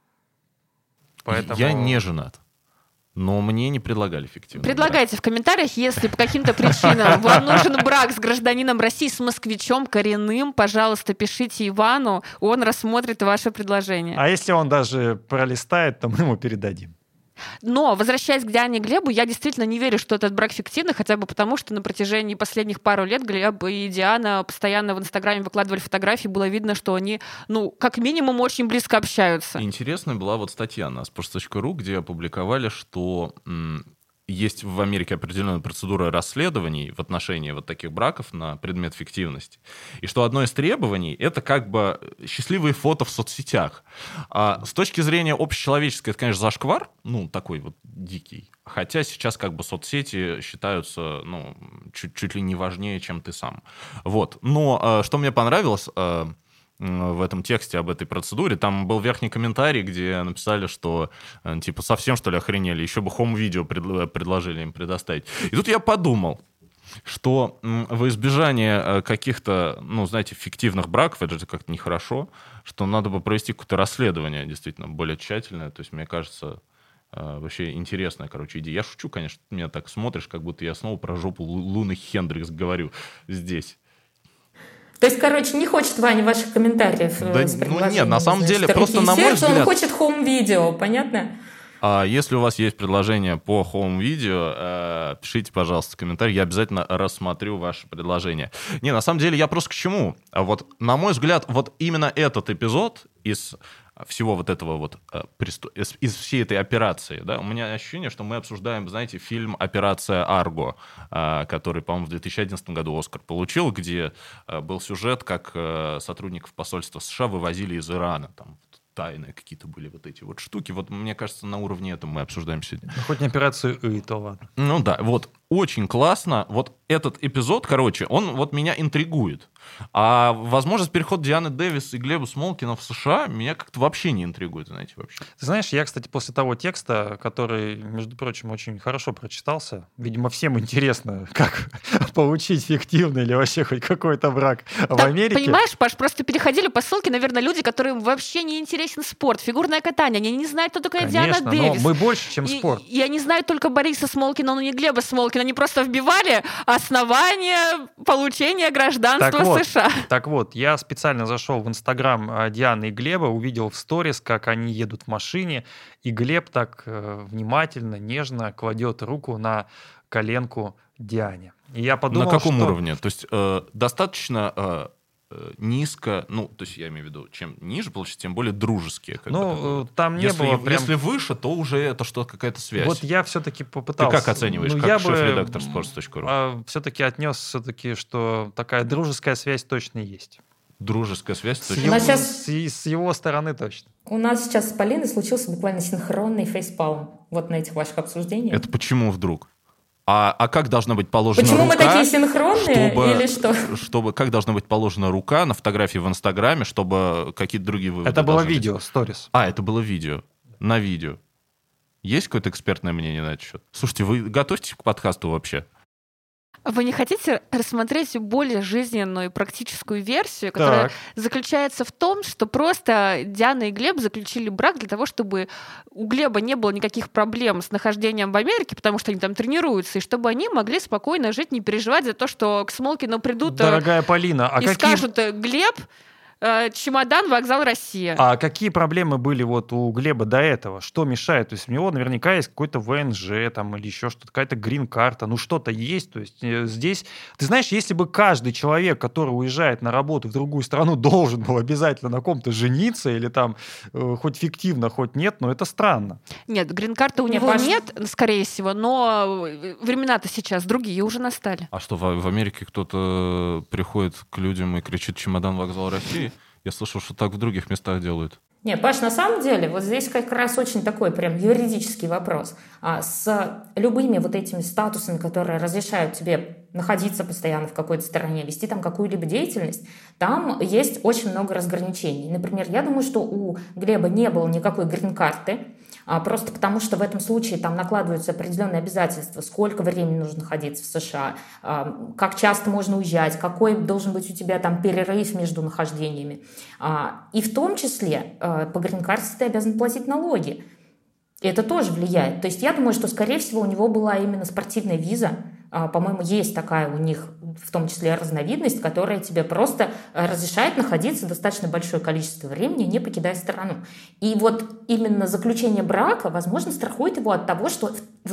Поэтому... Я не женат. Но мне не предлагали фиктивно. Предлагайте в комментариях, если по каким-то причинам вам нужен брак с гражданином России, с москвичом коренным, пожалуйста, пишите Ивану, он рассмотрит ваше предложение. А если он даже пролистает, то мы ему передадим. Но, возвращаясь к Диане и Глебу, я действительно не верю, что этот брак фиктивный, хотя бы потому, что на протяжении последних пару лет Глеб и Диана постоянно в Инстаграме выкладывали фотографии, было видно, что они, как минимум, очень близко общаются. Интересная была вот статья на sports.ru, где опубликовали, что есть в Америке определенная процедура расследований в отношении вот таких браков на предмет фиктивности. И что одно из требований — это как бы счастливые фото в соцсетях. А с точки зрения общечеловеческой, это, конечно, зашквар, такой вот дикий. Хотя сейчас как бы соцсети считаются, чуть ли не важнее, чем ты сам. Вот. Но что мне понравилось в этом тексте об этой процедуре, там был верхний комментарий, где написали, что типа совсем что ли охренели, еще бы хоум-видео предложили им предоставить. И тут я подумал, что во избежание каких-то, знаете, фиктивных браков, это же как-то нехорошо, что надо бы провести какое-то расследование действительно более тщательное. То есть, мне кажется, вообще интересная, идея. Я шучу, конечно, ты меня так смотришь, как будто я снова про жопу Луны Хендрикс говорю здесь. То есть, не хочет Ваня ваших комментариев Да, с предложением. нет, на самом деле, руки просто и на мой сердце, взгляд... Он хочет хоум-видео, понятно? А если у вас есть предложение по хоум-видео, пишите, пожалуйста, комментарий, я обязательно рассмотрю ваше предложение. Не, на самом деле, я просто к чему? Вот, на мой взгляд, вот именно этот эпизод из всего вот этого вот, из всей этой операции, да, у меня ощущение, что мы обсуждаем, знаете, фильм «Операция Арго», который, по-моему, в 2011 году Оскар получил, где был сюжет, как сотрудников посольства США вывозили из Ирана, там, тайные какие-то были вот эти вот штуки. Вот, мне кажется, на уровне этого мы обсуждаем сегодня. Хоть не операцию «И», то ладно. Ну да, вот, очень классно. Вот этот эпизод, он вот меня интригует. А возможность перехода Дианы Дэвис и Глеба Смолкина в США меня как-то вообще не интригует, знаете, вообще. Ты знаешь, я, кстати, после того текста, который, между прочим, очень хорошо прочитался, видимо, всем интересно, как получить фиктивный или вообще хоть какой-то брак в Америке. Понимаешь, Паш, просто переходили по ссылке, наверное, люди, которым вообще не интересен спорт, фигурное катание, они не знают, кто такая Конечно, Диана Дэвис. но мы больше, чем спорт. И они знают только Бориса Смолкина, но не Глеба Смолкина. Они просто вбивали основания получения гражданства США. Так вот, я специально зашел в Инстаграм Дианы и Глеба, увидел в сторис, как они едут в машине, и Глеб так внимательно, нежно кладет руку на коленку Диане. И я подумал, На каком что... уровне? То есть достаточно низко, ну, то есть я имею в виду, чем ниже, получается, тем более дружеские. Там не если, было прям... Если выше, то уже это что-то, какая-то связь. Вот я все-таки попытался... Ты как оцениваешь, как я шеф-редактор sports.ru? Все-таки отнес, что такая дружеская связь точно есть. Дружеская связь С точно его, с его стороны точно. У нас сейчас с Полиной случился буквально синхронный фейспалм вот на этих ваших обсуждениях. Это почему вдруг? А как должна быть положена Почему рука? мы такие синхронные или что? Как должна быть положена рука на фотографии в Инстаграме, чтобы какие-то другие выводы Это было должны быть? видео, сторис. Это было видео. На видео. Есть какое-то экспертное мнение на этот счет? Слушайте, вы готовитесь к подкасту вообще? Вы не хотите рассмотреть более жизненную и практическую версию, которая заключается в том, что просто Диана и Глеб заключили брак для того, чтобы у Глеба не было никаких проблем с нахождением в Америке, потому что они там тренируются, и чтобы они могли спокойно жить, не переживать за то, что к Смолкину придут Дорогая Полина, и скажут: Глеб, чемодан, вокзал, Россия. А какие проблемы были вот у Глеба до этого? Что мешает? То есть у него наверняка есть какой-то ВНЖ там, или еще что-то, какая-то грин-карта, ну что-то есть. То есть здесь, ты знаешь, если бы каждый человек, который уезжает на работу в другую страну, должен был обязательно на ком-то жениться или там хоть фиктивно, хоть нет, но это странно. Нет, грин-карты у него нет, скорее всего, но времена-то сейчас другие уже настали. А что, в Америке кто-то приходит к людям и кричит: чемодан, вокзал, России? Я слышал, что так в других местах делают. Не, Паш, на самом деле, вот здесь как раз очень такой прям юридический вопрос. С любыми вот этими статусами, которые разрешают тебе находиться постоянно в какой-то стране, вести там какую-либо деятельность, там есть очень много разграничений. Например, я думаю, что у Глеба не было никакой грин-карты, просто потому что в этом случае там накладываются определенные обязательства, сколько времени нужно находиться в США, как часто можно уезжать, какой должен быть у тебя там перерыв между нахождениями. И в том числе по грин-карте ты обязан платить налоги. И это тоже влияет. То есть я думаю, что, скорее всего, у него была именно спортивная виза. По-моему, есть такая у них, в том числе, разновидность, которая тебе просто разрешает находиться достаточно большое количество времени, не покидая страну. И вот именно заключение брака, возможно, страхует его от того, что в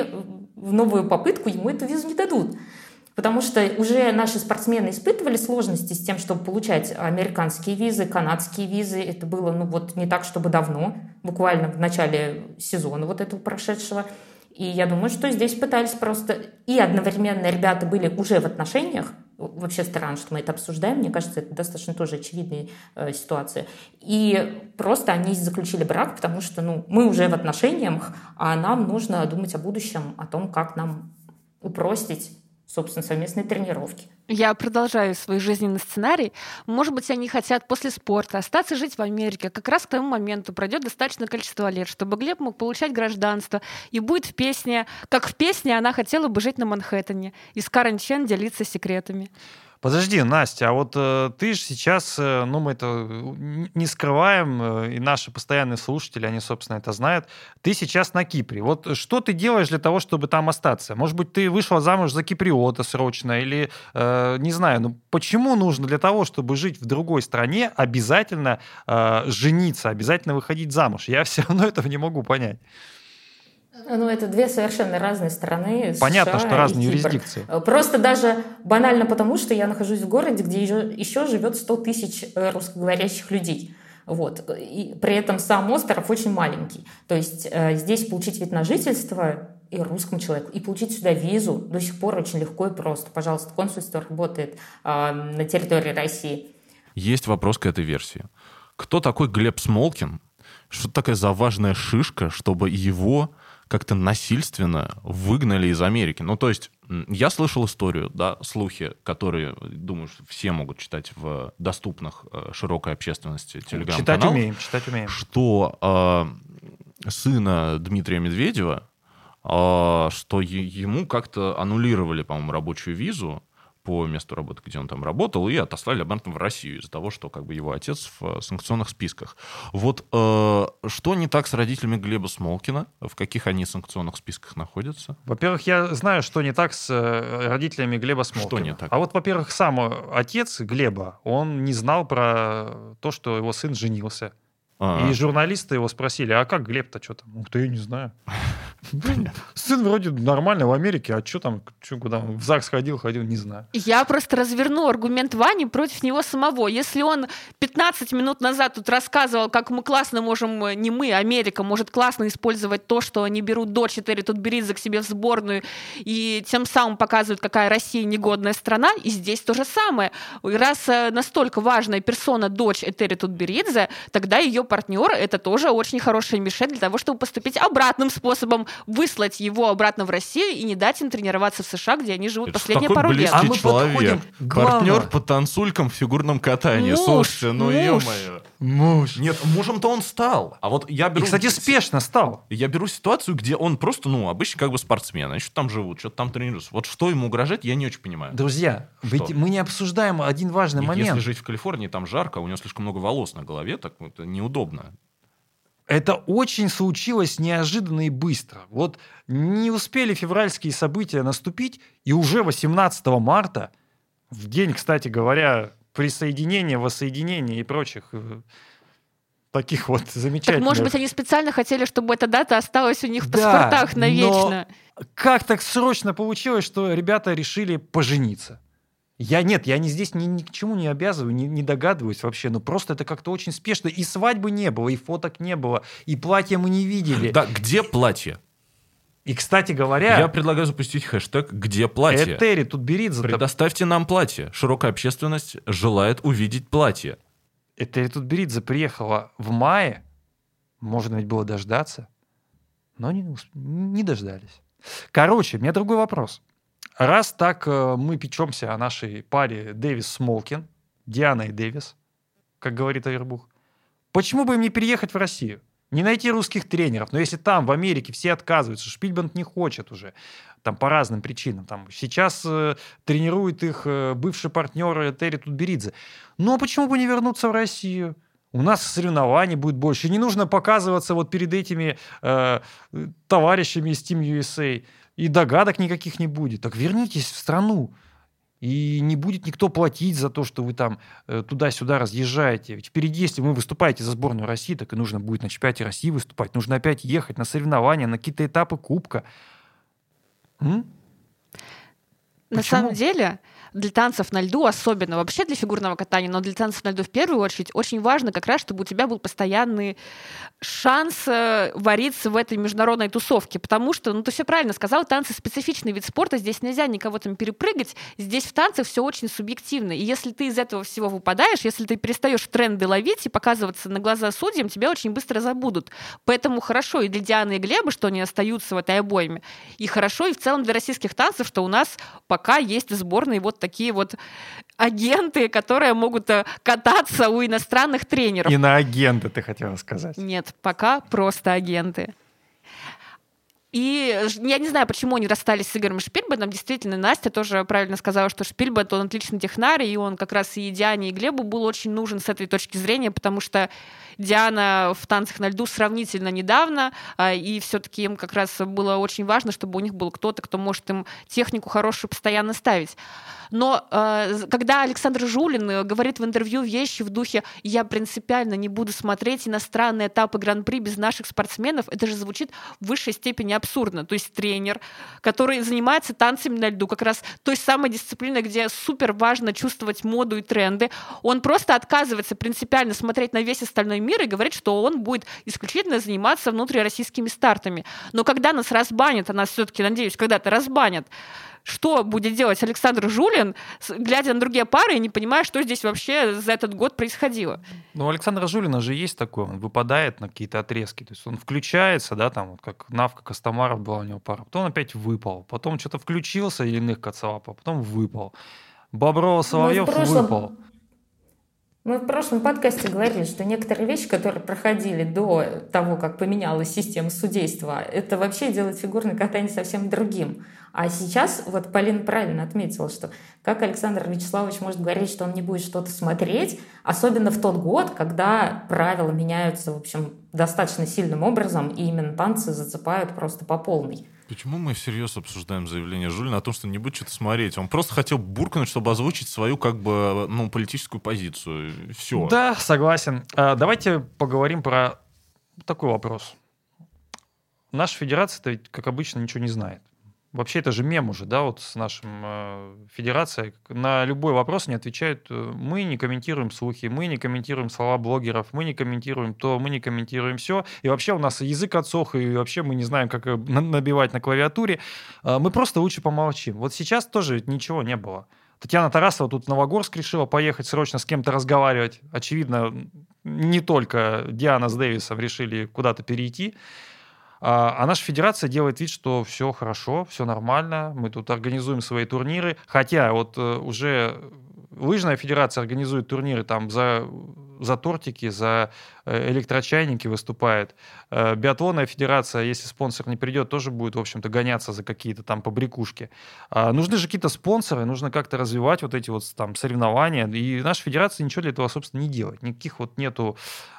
новую попытку ему эту визу не дадут. Потому что уже наши спортсмены испытывали сложности с тем, чтобы получать американские визы, канадские визы. Это было не так, чтобы давно, буквально в начале сезона вот этого прошедшего. И я думаю, что здесь пытались просто... И одновременно ребята были уже в отношениях. Вообще странно, что мы это обсуждаем. Мне кажется, это достаточно тоже очевидная ситуация. И просто они заключили брак, потому что мы уже в отношениях, а нам нужно думать о будущем, о том, как нам упростить, собственно, совместные тренировки. Я продолжаю свой жизненный сценарий. Может быть, они хотят после спорта остаться жить в Америке. Как раз к тому моменту пройдет достаточное количество лет, чтобы Глеб мог получать гражданство. И будет в песне, как в песне «Она хотела бы жить на Манхэттене». И с Карен Чен делиться секретами. Подожди, Настя, а вот ты же сейчас, мы это не скрываем, и наши постоянные слушатели, они, собственно, это знают, ты сейчас на Кипре. Вот что ты делаешь для того, чтобы там остаться? Может быть, ты вышла замуж за киприота срочно, или, не знаю, почему нужно для того, чтобы жить в другой стране, обязательно жениться, обязательно выходить замуж? Я все равно этого не могу понять. Это две совершенно разные страны. Понятно, США что разные и Кипр. юрисдикции. Просто даже банально потому, что я нахожусь в городе, где еще живет 100 тысяч русскоговорящих людей. И при этом сам остров очень маленький. То есть здесь получить вид на жительство и русскому человеку, и получить сюда визу до сих пор очень легко и просто. Пожалуйста, консульство работает на территории России. Есть вопрос к этой версии. Кто такой Глеб Смолкин? Что такая за важная шишка, чтобы его как-то насильственно выгнали из Америки? То есть я слышал историю, слухи, которые, думаю, что все могут читать в доступных широкой общественности телеграм-каналах. Читать умеем. Что сына Дмитрия Медведева, что ему как-то аннулировали, по-моему, рабочую визу по месту работы, где он там работал, и отослали обратно в Россию из-за того, что его отец в санкционных списках. Что не так с родителями Глеба Смолкина? В каких они санкционных списках находятся? Во-первых, я знаю, что не так с родителями Глеба Смолкина. Что не так? А во-первых, сам отец Глеба, он не знал про то, что его сын женился. И журналисты его спросили: а как Глеб-то что там? Я не знаю. Сын вроде нормально в Америке, а что там, куда он в ЗАГС ходил, не знаю. Я просто разверну аргумент Вани против него самого. Если он 15 минут назад тут рассказывал, как мы классно можем, не мы, Америка может классно использовать то, что они берут дочь Этери Тутберидзе к себе в сборную, и тем самым показывают, какая Россия негодная страна, и здесь то же самое. Раз настолько важная персона дочь Этери Тутберидзе, тогда ее партнер — это тоже очень хорошая мишень для того, чтобы поступить обратным способом, выслать его обратно в Россию и не дать им тренироваться в США, где они живут последние пару лет. А мы человек. Партнер по танцулькам в фигурном катании. Слушайте, ё-моё. Муж. Нет, мужем-то он стал. А вот я беру... И, кстати, спешно стал. Я беру ситуацию, где он просто, обычный как бы спортсмен. Они что-то там живут, что-то там тренируются. Вот что ему угрожает, я не очень понимаю. Друзья, ведь мы не обсуждаем один важный момент. Если жить в Калифорнии, там жарко, у него слишком много волос на голове, так это неудобно. Это очень случилось неожиданно и быстро. Вот не успели февральские события наступить, и уже 18 марта, в день, кстати говоря, присоединения, воссоединения и прочих таких вот замечательных... Так, может быть, они специально хотели, чтобы эта дата осталась у них в паспортах навечно. Но как так срочно получилось, что ребята решили пожениться? Я здесь ни к чему не обязываю, не догадываюсь вообще, но просто это как-то очень спешно. И свадьбы не было, и фоток не было, и платья мы не видели. Да, где платье? И, кстати говоря... Я предлагаю запустить хэштег «Где платье?». Этери Тутберидзе... Предоставьте нам платье. Широкая общественность желает увидеть платье. Этери Тутберидзе приехала в мае. Можно ведь было дождаться. Но не дождались. Короче, у меня другой вопрос. Раз так мы печемся о нашей паре Дэвис-Смолкин, Диана и Дэвис, как говорит Авербух, почему бы им не переехать в Россию? Не найти русских тренеров. Но если там, в Америке, все отказываются, Шпильбанд не хочет уже, там по разным причинам. Там, сейчас тренирует их бывший партнер Этери Тутберидзе. Ну а почему бы не вернуться в Россию? У нас соревнований будет больше. Не нужно показываться вот перед этими товарищами из Team USA. И догадок никаких не будет. Так вернитесь в страну. И не будет никто платить за то, что вы там туда-сюда разъезжаете. Ведь впереди, если вы выступаете за сборную России, так и нужно будет на чемпионате России выступать. Нужно опять ехать на соревнования, на какие-то этапы кубка. На самом деле, для танцев на льду, особенно вообще для фигурного катания, но для танцев на льду в первую очередь, очень важно как раз, чтобы у тебя был постоянный шанс вариться в этой международной тусовке, потому что, ты все правильно сказал, танцы — специфичный вид спорта, здесь нельзя никого там перепрыгать, здесь в танцах все очень субъективно, и если ты из этого всего выпадаешь, если ты перестаешь тренды ловить и показываться на глаза судьям, тебя очень быстро забудут. Поэтому хорошо и для Дианы и Глеба, что они остаются в этой обойме, и хорошо и в целом для российских танцев, что у нас пока есть сборные вот такие вот агенты, которые могут кататься у иностранных тренеров. Иноагенты, ты хотела сказать. Нет, пока просто агенты. И я не знаю, почему они расстались с Игорем Шпильбандом. Действительно, Настя тоже правильно сказала, что Шпильбанд, он отличный технарь, и он как раз и Диане, и Глебу был очень нужен с этой точки зрения, потому что Диана в танцах на льду сравнительно недавно, и все-таки им как раз было очень важно, чтобы у них был кто-то, кто может им технику хорошую постоянно ставить. Но когда Александр Жулин говорит в интервью вещи в духе «я принципиально не буду смотреть иностранные этапы Гран-при без наших спортсменов», это же звучит в высшей степени абсурдно. То есть тренер, который занимается танцами на льду, как раз той самой дисциплиной, где супер важно чувствовать моду и тренды, он просто отказывается принципиально смотреть на весь остальной мир и говорит, что он будет исключительно заниматься внутрироссийскими стартами. Но когда нас разбанят, а нас все-таки, надеюсь, когда-то разбанят, что будет делать Александр Жулин, глядя на другие пары и не понимая, что здесь вообще за этот год происходило? Ну, у Александра Жулина же есть такое, он выпадает на какие-то отрезки, то есть он включается, да, там, вот как Навка Костомаров была у него пара, потом опять выпал, потом что-то включился, Ильиных Кацалапа, потом выпал. Боброва Соловьев выпал. Мы в прошлом подкасте говорили, что некоторые вещи, которые проходили до того, как поменялась система судейства, это вообще делает фигурное катание совсем другим. А сейчас, вот Полина правильно отметила, что как Александр Вячеславович может говорить, что он не будет что-то смотреть, особенно в тот год, когда правила меняются, в общем, достаточно сильным образом, и именно танцы зацепают просто по полной. Почему мы всерьез обсуждаем заявление Жулина о том, что не будет что-то смотреть? Он просто хотел буркнуть, чтобы озвучить свою как бы политическую позицию. Все. Да, согласен. Давайте поговорим про такой вопрос. наша федерация-то, ведь, как обычно, ничего не знает. Вообще, это же мем уже, да, вот с нашим федерацией. На любой вопрос они отвечают: мы не комментируем слухи, мы не комментируем слова блогеров, мы не комментируем то, мы не комментируем все. И вообще у нас язык отсох, и вообще мы не знаем, как набивать на клавиатуре. Мы просто лучше помолчим. Вот сейчас тоже ведь ничего не было. Татьяна Тарасова тут в Новогорск решила поехать срочно с кем-то разговаривать. Очевидно, не только Диана с Дэвисом решили куда-то перейти. А наша федерация делает вид, что все хорошо, все нормально, мы тут организуем свои турниры. Хотя вот уже лыжная федерация организует турниры там за тортики, за электрочайники выступает. Биатлонная федерация, если спонсор не придет, тоже будет, в общем-то, гоняться за какие-то там побрякушки. Нужны же какие-то спонсоры, нужно как-то развивать вот эти вот там соревнования. И наша федерация ничего для этого, собственно, не делает. Никаких вот нету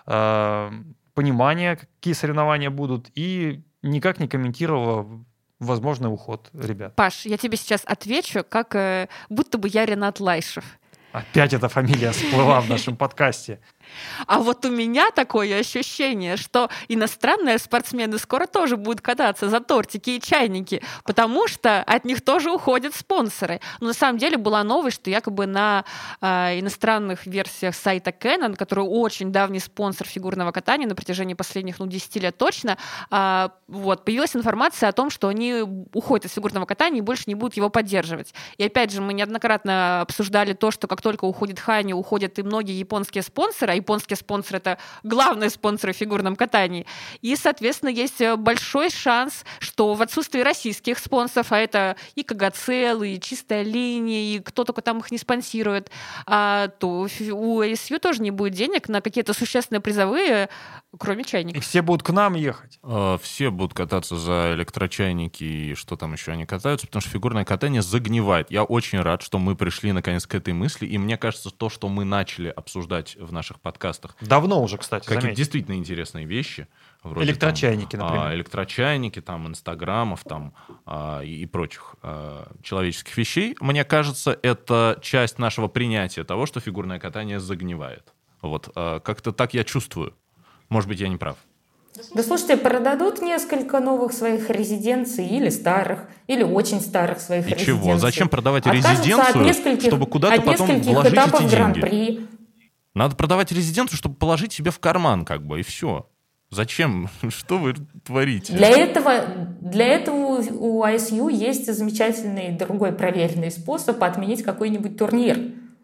понимания, какие соревнования будут, и никак не комментировала возможный уход ребят. Паш, я тебе сейчас отвечу, как будто бы я Ренат Лайшев. Опять эта фамилия всплыла в нашем подкасте. А вот у меня такое ощущение, что иностранные спортсмены скоро тоже будут кататься за тортики и чайники, потому что от них тоже уходят спонсоры. Но на самом деле была новость, что якобы на иностранных версиях сайта Canon, который очень давний спонсор фигурного катания на протяжении последних 10 лет точно, появилась информация о том, что они уходят из фигурного катания и больше не будут его поддерживать. И опять же, мы неоднократно обсуждали то, что как только уходит Хани, уходят и многие японские спонсоры, а японские спонсоры — это главные спонсоры в фигурном катании. И, соответственно, есть большой шанс, что в отсутствии российских спонсоров, а это и КГЦЛ, и Чистая линия, и кто только там их не спонсирует, то у ASU тоже не будет денег на какие-то существенные призовые, кроме чайников. И все будут к нам ехать. Все будут кататься за электрочайники и что там еще они катаются, потому что фигурное катание загнивает. Я очень рад, что мы пришли наконец к этой мысли, и мне кажется, то, что мы начали обсуждать в наших подкастах. Давно уже, кстати, какие-то заметьте. действительно интересные вещи. Вроде Электрочайники, например. Электрочайники, там, инстаграмов, там, и прочих человеческих вещей. Мне кажется, это часть нашего принятия того, что фигурное катание загнивает. Вот, как-то так я чувствую. Может быть, я не прав. Да слушайте, продадут несколько новых своих резиденций, или старых, или очень старых своих И резиденций. чего? Зачем продавать Откажутся резиденцию, чтобы куда-то потом вложить этапов эти деньги? Гран-при. Надо продавать резиденцию, чтобы положить себе в карман, как бы, и все. Зачем? Что вы творите? Для этого у ISU есть замечательный другой проверенный способ отменить какой-нибудь турнир.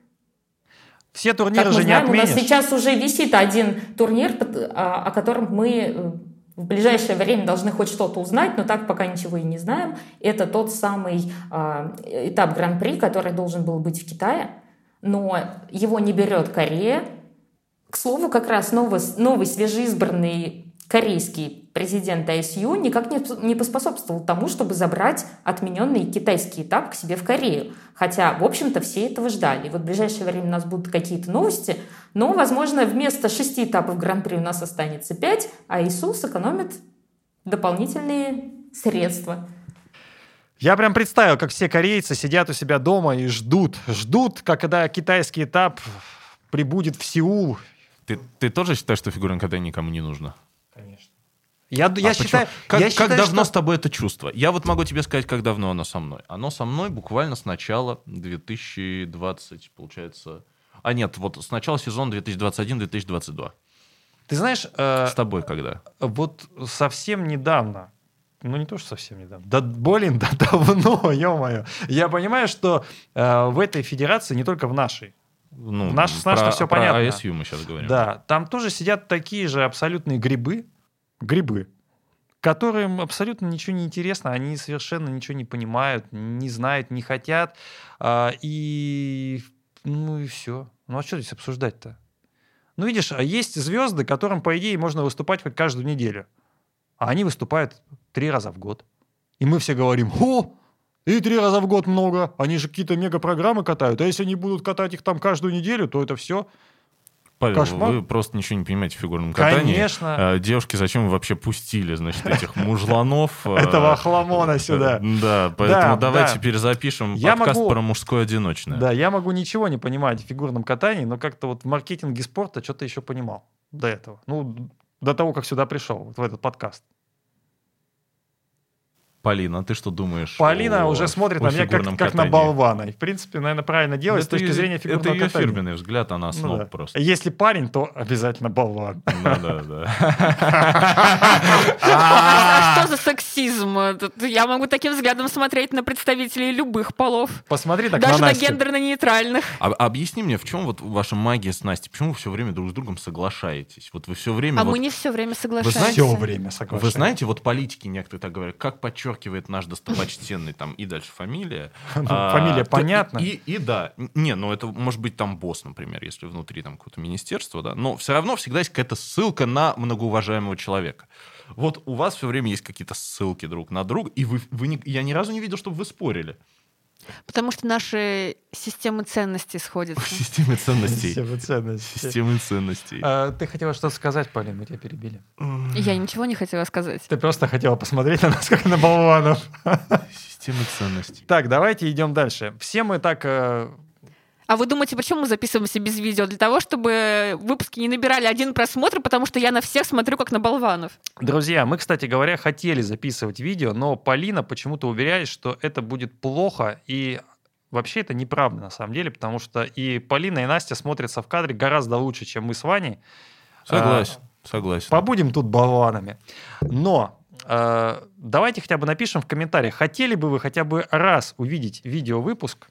Все турниры Как мы же не знаем, у отменишь. нас сейчас уже висит один турнир, о котором мы в ближайшее время должны хоть что-то узнать, но так пока ничего и не знаем. Это тот самый этап Гран-при, который должен был быть в Китае, но его не берет Корея. К слову, как раз новый свежеизбранный корейский президент ISU никак не поспособствовал тому, чтобы забрать отмененный китайский этап к себе в Корею. Хотя, в общем-то, все этого ждали. И вот в ближайшее время у нас будут какие-то новости, но, возможно, вместо 6 этапов Гран-при у нас останется 5, а ISU сэкономит дополнительные средства. Я прям представил, как все корейцы сидят у себя дома и ждут, когда китайский этап прибудет в Сеул. Ты тоже считаешь, что фигурное катание никому не нужно? Конечно. Я считаю, как давно что... с тобой это чувство? Я вот могу тебе сказать, как давно оно со мной. Оно со мной буквально с начала 2020, получается... вот с начала сезона 2021-2022. Ты знаешь... С тобой когда? Вот совсем недавно, не то, что совсем недавно, да давно, ё-моё. Я понимаю, что в этой федерации, не только в нашей, в нашей все понятно. Про ISU мы сейчас говорим. Да, там тоже сидят такие же абсолютные грибы, которым абсолютно ничего не интересно, они совершенно ничего не понимают, не знают, не хотят, и все. А что здесь обсуждать-то? Видишь, есть звезды, которым, по идее, можно выступать хоть каждую неделю, а они выступают 3 раза в год. И мы все говорим: и 3 раза в год много, они же какие-то мегапрограммы катают, а если они будут катать их там каждую неделю, то это все... Павел, кошмар. Вы просто ничего не понимаете в фигурном катании. Конечно. Девушки, зачем вы вообще пустили, этих мужланов? Этого охламона сюда. Да, поэтому давайте перезапишем подкаст про мужское одиночное. Да, я могу ничего не понимать в фигурном катании, но как-то в маркетинге спорта что-то еще понимал до этого. До того, как сюда пришел, в этот подкаст. Полина, ты что думаешь? Полина уже смотрит на меня как на катании? болвана. И, в принципе, наверное, правильно делать с точки зрения фигурного катания. Это ее катания. фирменный взгляд, она сноб Да. просто. Если парень, то обязательно болван. Да. А что за сексизм? Я могу таким взглядом смотреть на представителей любых полов. Посмотри так Даже на на Настю. гендерно-нейтральных. Объясни мне, в чем вот ваша магия с Настей? Почему вы все время друг с другом соглашаетесь? Вот вы все время... А вот- мы не все время соглашаемся. знаете, Все время соглашаюсь. Вы знаете, вот политики некоторые так говорят, как подчеркивает наш достопочтенный там и дальше фамилия. Фамилия понятна. И да, не, ну это может быть там босс, например, если внутри там какое-то министерство, да, но все равно всегда есть какая-то ссылка на многоуважаемого человека. Вот у вас все время есть какие-то ссылки друг на друга, и я ни разу не видел, чтобы вы спорили. Потому что наши системы ценностей сходятся. Системы ценностей. Система ценностей. Системы ценностей. Ты хотела что-то сказать, Полин, мы тебя перебили. Я ничего не хотела сказать. Ты просто хотела посмотреть на нас, как на болванов. Системы ценностей. Так, давайте идем дальше. Все мы так... А вы думаете, почему мы записываемся без видео? Для того, чтобы выпуски не набирали 1 просмотр, потому что я на всех смотрю, как на болванов. Друзья, мы, кстати говоря, хотели записывать видео, но Полина почему-то уверяет, что это будет плохо, и вообще это неправда на самом деле, потому что и Полина, и Настя смотрятся в кадре гораздо лучше, чем мы с Ваней. Согласен. Побудем тут болванами. Но давайте хотя бы напишем в комментариях, хотели бы вы хотя бы раз увидеть видеовыпуск.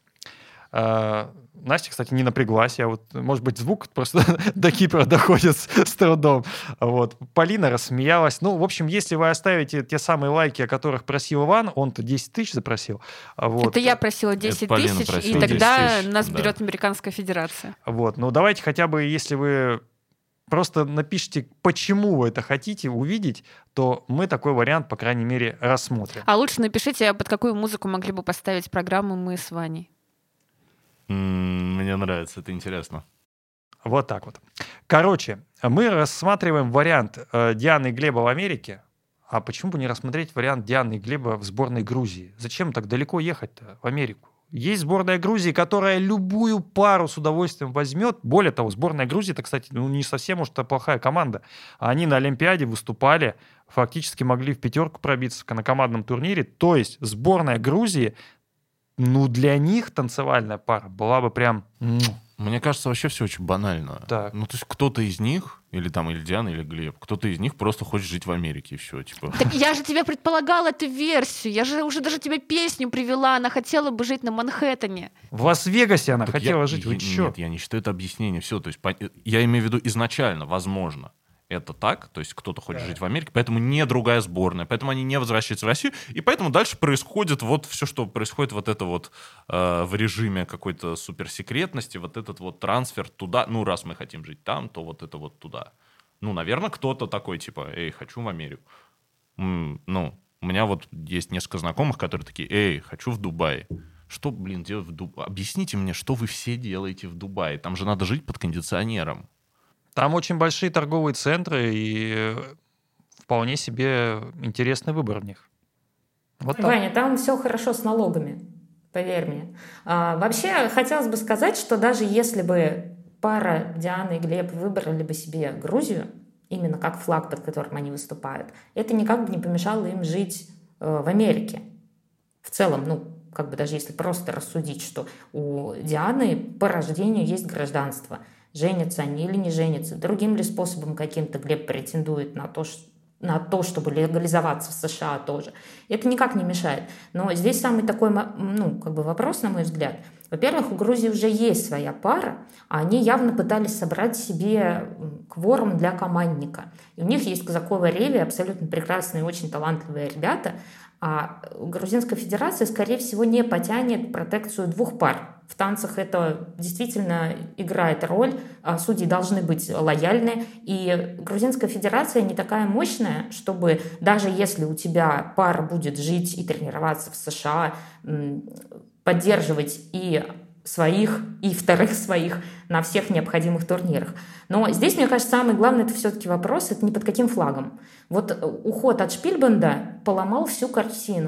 Настя, кстати, не напряглась. Может быть, звук просто до Кипра доходит с трудом. Вот. Полина рассмеялась. Ну, в общем, если вы оставите те самые лайки, о которых просил Иван, он-то 10 тысяч запросил. Вот. Это я просила 10 Полина тысяч, просила и тогда 10 тысяч, нас да. берет Американская Федерация. Вот. Ну, давайте хотя бы, если вы просто напишите, почему вы это хотите увидеть, то мы такой вариант, по крайней мере, рассмотрим. А лучше напишите, под какую музыку могли бы поставить программу мы с Ваней. Мне нравится, это интересно. Вот так вот. Короче, мы рассматриваем вариант Дианы и Глеба в Америке. А почему бы не рассмотреть вариант Дианы и Глеба в сборной Грузии? Зачем так далеко ехать-то в Америку? Есть сборная Грузии, которая любую пару с удовольствием возьмет. Более того, сборная Грузии, это, кстати, не совсем уж плохая команда. Они на Олимпиаде выступали, фактически могли в 5 пробиться на командном турнире. То есть сборная Грузии, для них танцевальная пара была бы прям... Мне кажется, вообще все очень банально. Так. Ну, то есть кто-то из них, или Диана, или Глеб, кто-то из них просто хочет жить в Америке, и все, типа. Так я же тебе предполагала эту версию. Я же уже даже тебе песню привела. Она хотела бы жить на Манхэттене. В Лас-Вегасе она Так хотела жить. Вы чё? Нет, я не считаю это объяснение. Все, то есть я имею в виду изначально, возможно, это так, то есть кто-то хочет жить в Америке, поэтому не другая сборная, поэтому они не возвращаются в Россию, и поэтому дальше происходит вот все, что происходит вот это вот в режиме какой-то суперсекретности, вот этот вот трансфер туда, ну, раз мы хотим жить там, то вот это вот туда. Ну, наверное, кто-то такой, типа, эй, хочу в Америку. Ну, у меня вот есть несколько знакомых, которые такие, эй, хочу в Дубай. Что, делать в Дубае? Объясните мне, что вы все делаете в Дубае? Там же надо жить под кондиционером. Там очень большие торговые центры и вполне себе интересный выбор в них. Вот так. Ваня, там все хорошо с налогами, поверь мне. Вообще, хотелось бы сказать, что даже если бы пара Дианы и Глеб выбрали бы себе Грузию, именно как флаг, под которым они выступают, это никак бы не помешало им жить в Америке. В целом, даже если просто рассудить, что у Дианы по рождению есть гражданство, женятся они или не женятся, другим ли способом каким-то Глеб претендует на то, чтобы легализоваться в США тоже. Это никак не мешает. Но здесь самый такой, вопрос, на мой взгляд. Во-первых, у Грузии уже есть своя пара, а они явно пытались собрать себе кворум для командника. И у них есть Казакова Реви, абсолютно прекрасные, очень талантливые ребята, а Грузинская Федерация, скорее всего, не потянет протекцию 2 пар. В танцах это действительно играет роль, судьи должны быть лояльны, и Грузинская Федерация не такая мощная, чтобы даже если у тебя пара будет жить и тренироваться в США, поддерживать и своих, и вторых своих на всех необходимых турнирах. Но здесь, мне кажется, самый главный это все-таки вопрос, это не под каким флагом. Вот уход от Шпильбанда поломал всю картину.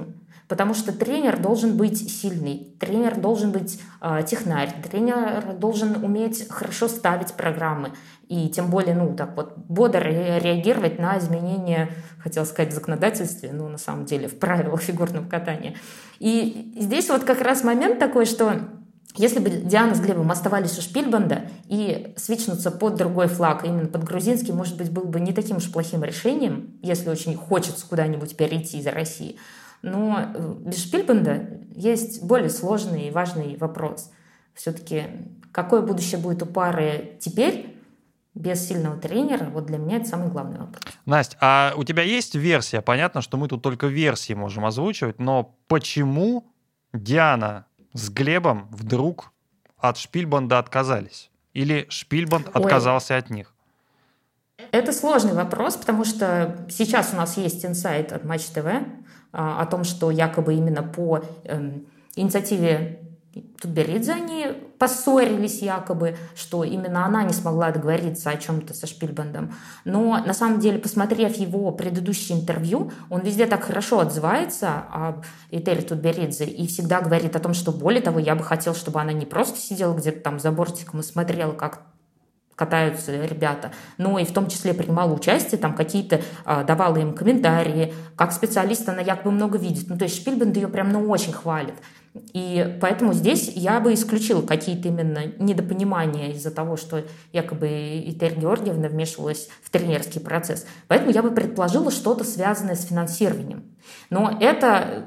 Потому что тренер должен быть сильный, тренер должен быть технарь, тренер должен уметь хорошо ставить программы. И тем более, так вот, бодро реагировать на изменения, хотела сказать, в законодательстве, но на самом деле в правилах фигурного катания. И здесь вот как раз момент такой, что если бы Диана с Глебом оставались у Шпильбанда и свичнуться под другой флаг, именно под грузинский, может быть, был бы не таким уж плохим решением, если очень хочется куда-нибудь перейти из России. Но без Шпильбанда есть более сложный и важный вопрос. Все-таки какое будущее будет у пары теперь, без сильного тренера, вот для меня это самый главный вопрос. Настя, а у тебя есть версия? Понятно, что мы тут только версии можем озвучивать, но почему Диана с Глебом вдруг от Шпильбанда отказались? Или Шпильбанд отказался от них? Это сложный вопрос, потому что сейчас у нас есть инсайт от Матч ТВ о том, что якобы именно по инициативе Тутберидзе они поссорились якобы, что именно она не смогла договориться о чем-то со Шпильбандом. Но на самом деле, посмотрев его предыдущее интервью, он везде так хорошо отзывается об Этере Тутберидзе и всегда говорит о том, что более того, я бы хотел, чтобы она не просто сидела где-то там за бортиком и смотрела, как катаются ребята, но и в том числе принимала участие, там какие-то давала им комментарии, как специалист она якобы много видит. То есть Шпильбанд ее прям очень хвалит. И поэтому здесь я бы исключила какие-то именно недопонимания из-за того, что якобы Этери Георгиевна вмешивалась в тренерский процесс. Поэтому я бы предположила что-то связанное с финансированием. Но это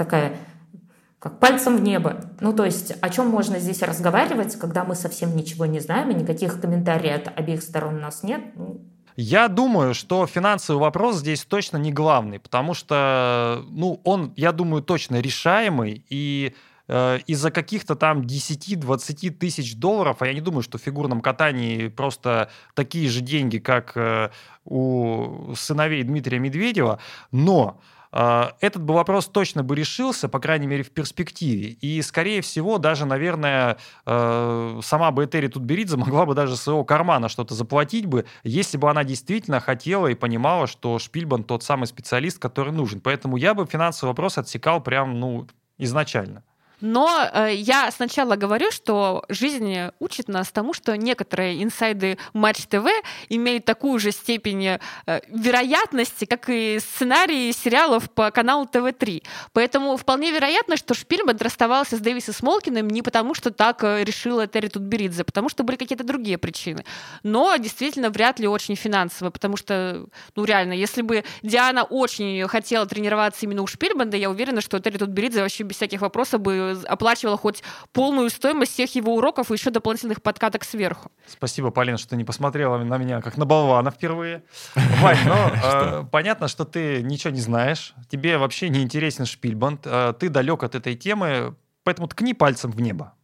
как пальцем в небо. То есть о чем можно здесь разговаривать, когда мы совсем ничего не знаем, и никаких комментариев от обеих сторон у нас нет? Я думаю, что финансовый вопрос здесь точно не главный, потому что, он, я думаю, точно решаемый, и из-за каких-то там 10-20 тысяч долларов, а я не думаю, что в фигурном катании просто такие же деньги, как у сыновей Дмитрия Медведева, но этот бы вопрос точно бы решился, по крайней мере, в перспективе. И, скорее всего, даже, наверное, сама бы Этери Тутберидзе могла бы даже с своего кармана что-то заплатить бы, если бы она действительно хотела и понимала, что Шпильбанд тот самый специалист, который нужен. Поэтому я бы финансовый вопрос отсекал прям, изначально. Но я сначала говорю, что жизнь учит нас тому, что некоторые инсайды Матч ТВ имеют такую же степень вероятности, как и сценарии сериалов по каналу ТВ3. Поэтому вполне вероятно, что Шпильбанд расставался с Дэвисом Смолкиным не потому, что так решила Этери Тутберидзе, потому что были какие-то другие причины. Но действительно вряд ли очень финансовые, потому что, реально, если бы Диана очень хотела тренироваться именно у Шпильбанда, я уверена, что Этери Тутберидзе вообще без всяких вопросов бы оплачивала хоть полную стоимость всех его уроков и еще дополнительных подкаток сверху. Спасибо, Полина, что ты не посмотрела на меня как на болвана впервые. Вань, понятно, что ты ничего не знаешь, тебе вообще не интересен Шпильбанд, ты далек от этой темы, поэтому ткни пальцем в небо.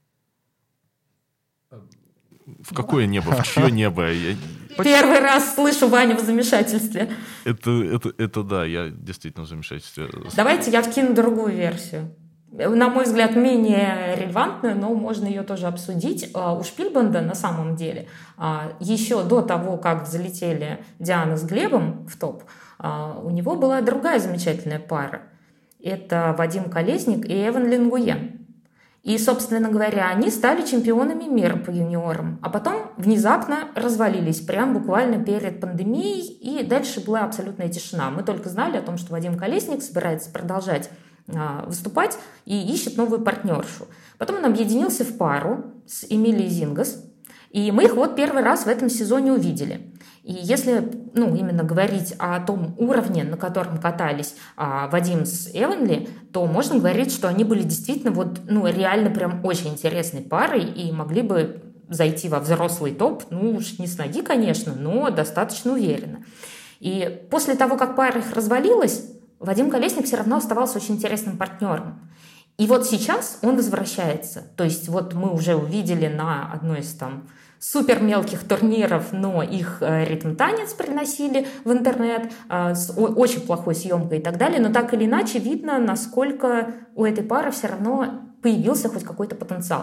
В какое небо? В чье небо? Первый раз слышу Ваню в замешательстве. Это да, я действительно в замешательстве. Давайте я вкину другую версию. На мой взгляд, менее релевантную, но можно ее тоже обсудить. У Шпильбанда на самом деле еще до того, как залетели Диана с Глебом в топ, у него была другая замечательная пара. Это Вадим Колесник и Эван Лингуен. И, собственно говоря, они стали чемпионами мира по юниорам, а потом внезапно развалились, прям буквально перед пандемией, и дальше была абсолютная тишина. Мы только знали о том, что Вадим Колесник собирается продолжать выступать и ищет новую партнершу. Потом он объединился в пару с Эмилией Зингас, и мы их первый раз в этом сезоне увидели. И если именно говорить о том уровне, на котором катались Вадим с Эванли, то можно говорить, что они были действительно реально прям очень интересной парой и могли бы зайти во взрослый топ, уж не с ноги, конечно, но достаточно уверенно. И после того, как пара их развалилась, Вадим Колесник все равно оставался очень интересным партнером. И сейчас он возвращается. То есть мы уже увидели на одной из супер мелких турниров, но их ритм-танец приносили в интернет с очень плохой съемкой и так далее. Но так или иначе видно, насколько у этой пары все равно появился хоть какой-то потенциал.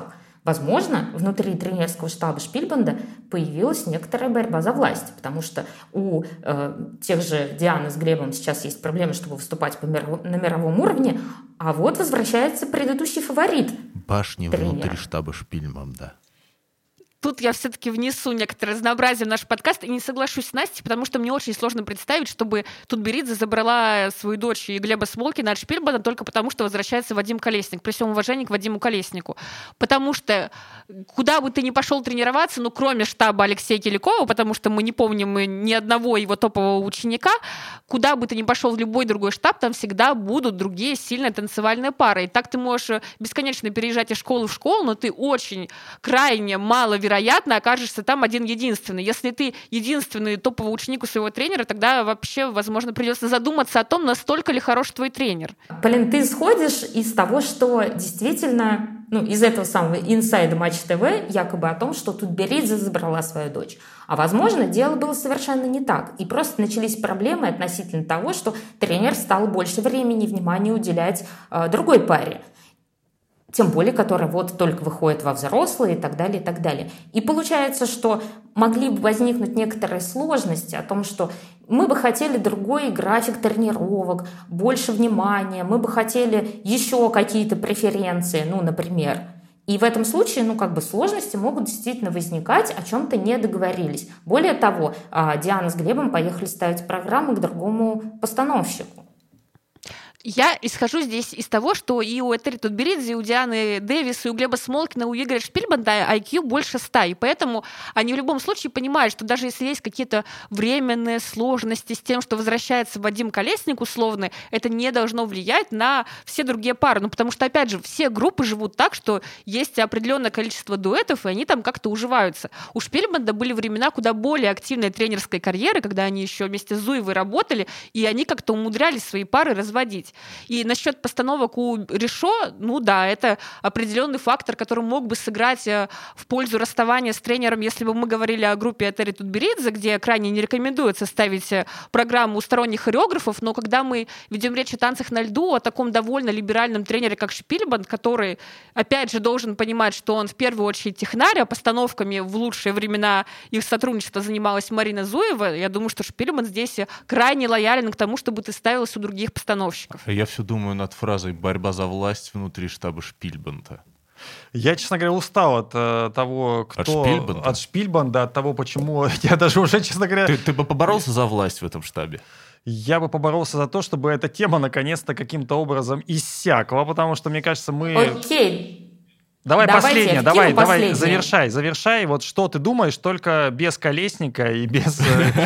Возможно, внутри тренерского штаба Шпильбанда появилась некоторая борьба за власть, потому что у тех же Дианы с Глебом сейчас есть проблемы, чтобы выступать на мировом уровне, а вот возвращается предыдущий фаворит. Башни внутри штаба Шпильбанда. Тут я все-таки внесу некоторое разнообразие в наш подкаст и не соглашусь с Настей, потому что мне очень сложно представить, чтобы Тутберидзе забрала свою дочь и Глеба Смолкина от Шпильбанда только потому, что возвращается Вадим Колесник, при всем уважении к Вадиму Колеснику. Потому что куда бы ты ни пошел тренироваться, ну, кроме штаба Алексея Киликова, потому что мы не помним ни одного его топового ученика, куда бы ты ни пошел в любой другой штаб, там всегда будут другие сильные танцевальные пары. И так ты можешь бесконечно переезжать из школы в школу, но ты очень крайне маловероятно окажешься там один-единственный. Если ты единственный топовый ученик у своего тренера, тогда вообще, возможно, придется задуматься о том, настолько ли хорош твой тренер. Полин, ты исходишь из того, что действительно, из этого самого инсайда Матч ТВ, якобы о том, что Тутберидзе забрала свою дочь. А возможно, дело было совершенно не так. И просто начались проблемы относительно того, что тренер стал больше времени и внимания уделять другой паре. Тем более, которая вот только выходит во взрослые и так далее, и так далее. И получается, что могли бы возникнуть некоторые сложности о том, что мы бы хотели другой график тренировок, больше внимания, мы бы хотели еще какие-то преференции, например. И в этом случае, сложности могут действительно возникать, о чем-то не договорились. Более того, Диана с Глебом поехали ставить программу к другому постановщику. Я исхожу здесь из того, что и у Этери Тутберидзе, и у Дианы Дэвис, и у Глеба Смолкина, и у Игоря Шпильбанда IQ больше 100. И поэтому они в любом случае понимают, что даже если есть какие-то временные сложности с тем, что возвращается Вадим Колесник условно, это не должно влиять на все другие пары. Потому что, опять же, все группы живут так, что есть определенное количество дуэтов, и они там как-то уживаются. У Шпильбанда были времена куда более активной тренерской карьеры, когда они еще вместе с Зуевой работали, и они как-то умудрялись свои пары разводить. И насчет постановок у Ришо, это определенный фактор, который мог бы сыграть в пользу расставания с тренером, если бы мы говорили о группе Этери Тутберидзе, где крайне не рекомендуется ставить программу сторонних хореографов, но когда мы ведем речь о танцах на льду, о таком довольно либеральном тренере, как Шпильбанд, который, опять же, должен понимать, что он в первую очередь технарь, а постановками в лучшие времена их сотрудничества занималась Марина Зуева, я думаю, что Шпильбанд здесь крайне лоялен к тому, чтобы ты ставилась у других постановщиков. Я все думаю над фразой «борьба за власть внутри штаба Шпильбанда». Я, честно говоря, устал от того, кто... От Шпильбанда, от того, почему... Я даже уже, честно говоря... Ты бы поборолся за власть в этом штабе? Я бы поборолся за то, чтобы эта тема наконец-то каким-то образом иссякла, потому что, мне кажется, мы... Окей. Давай последнее, давай, последнее. завершай. Вот что ты думаешь, только без Колесника и без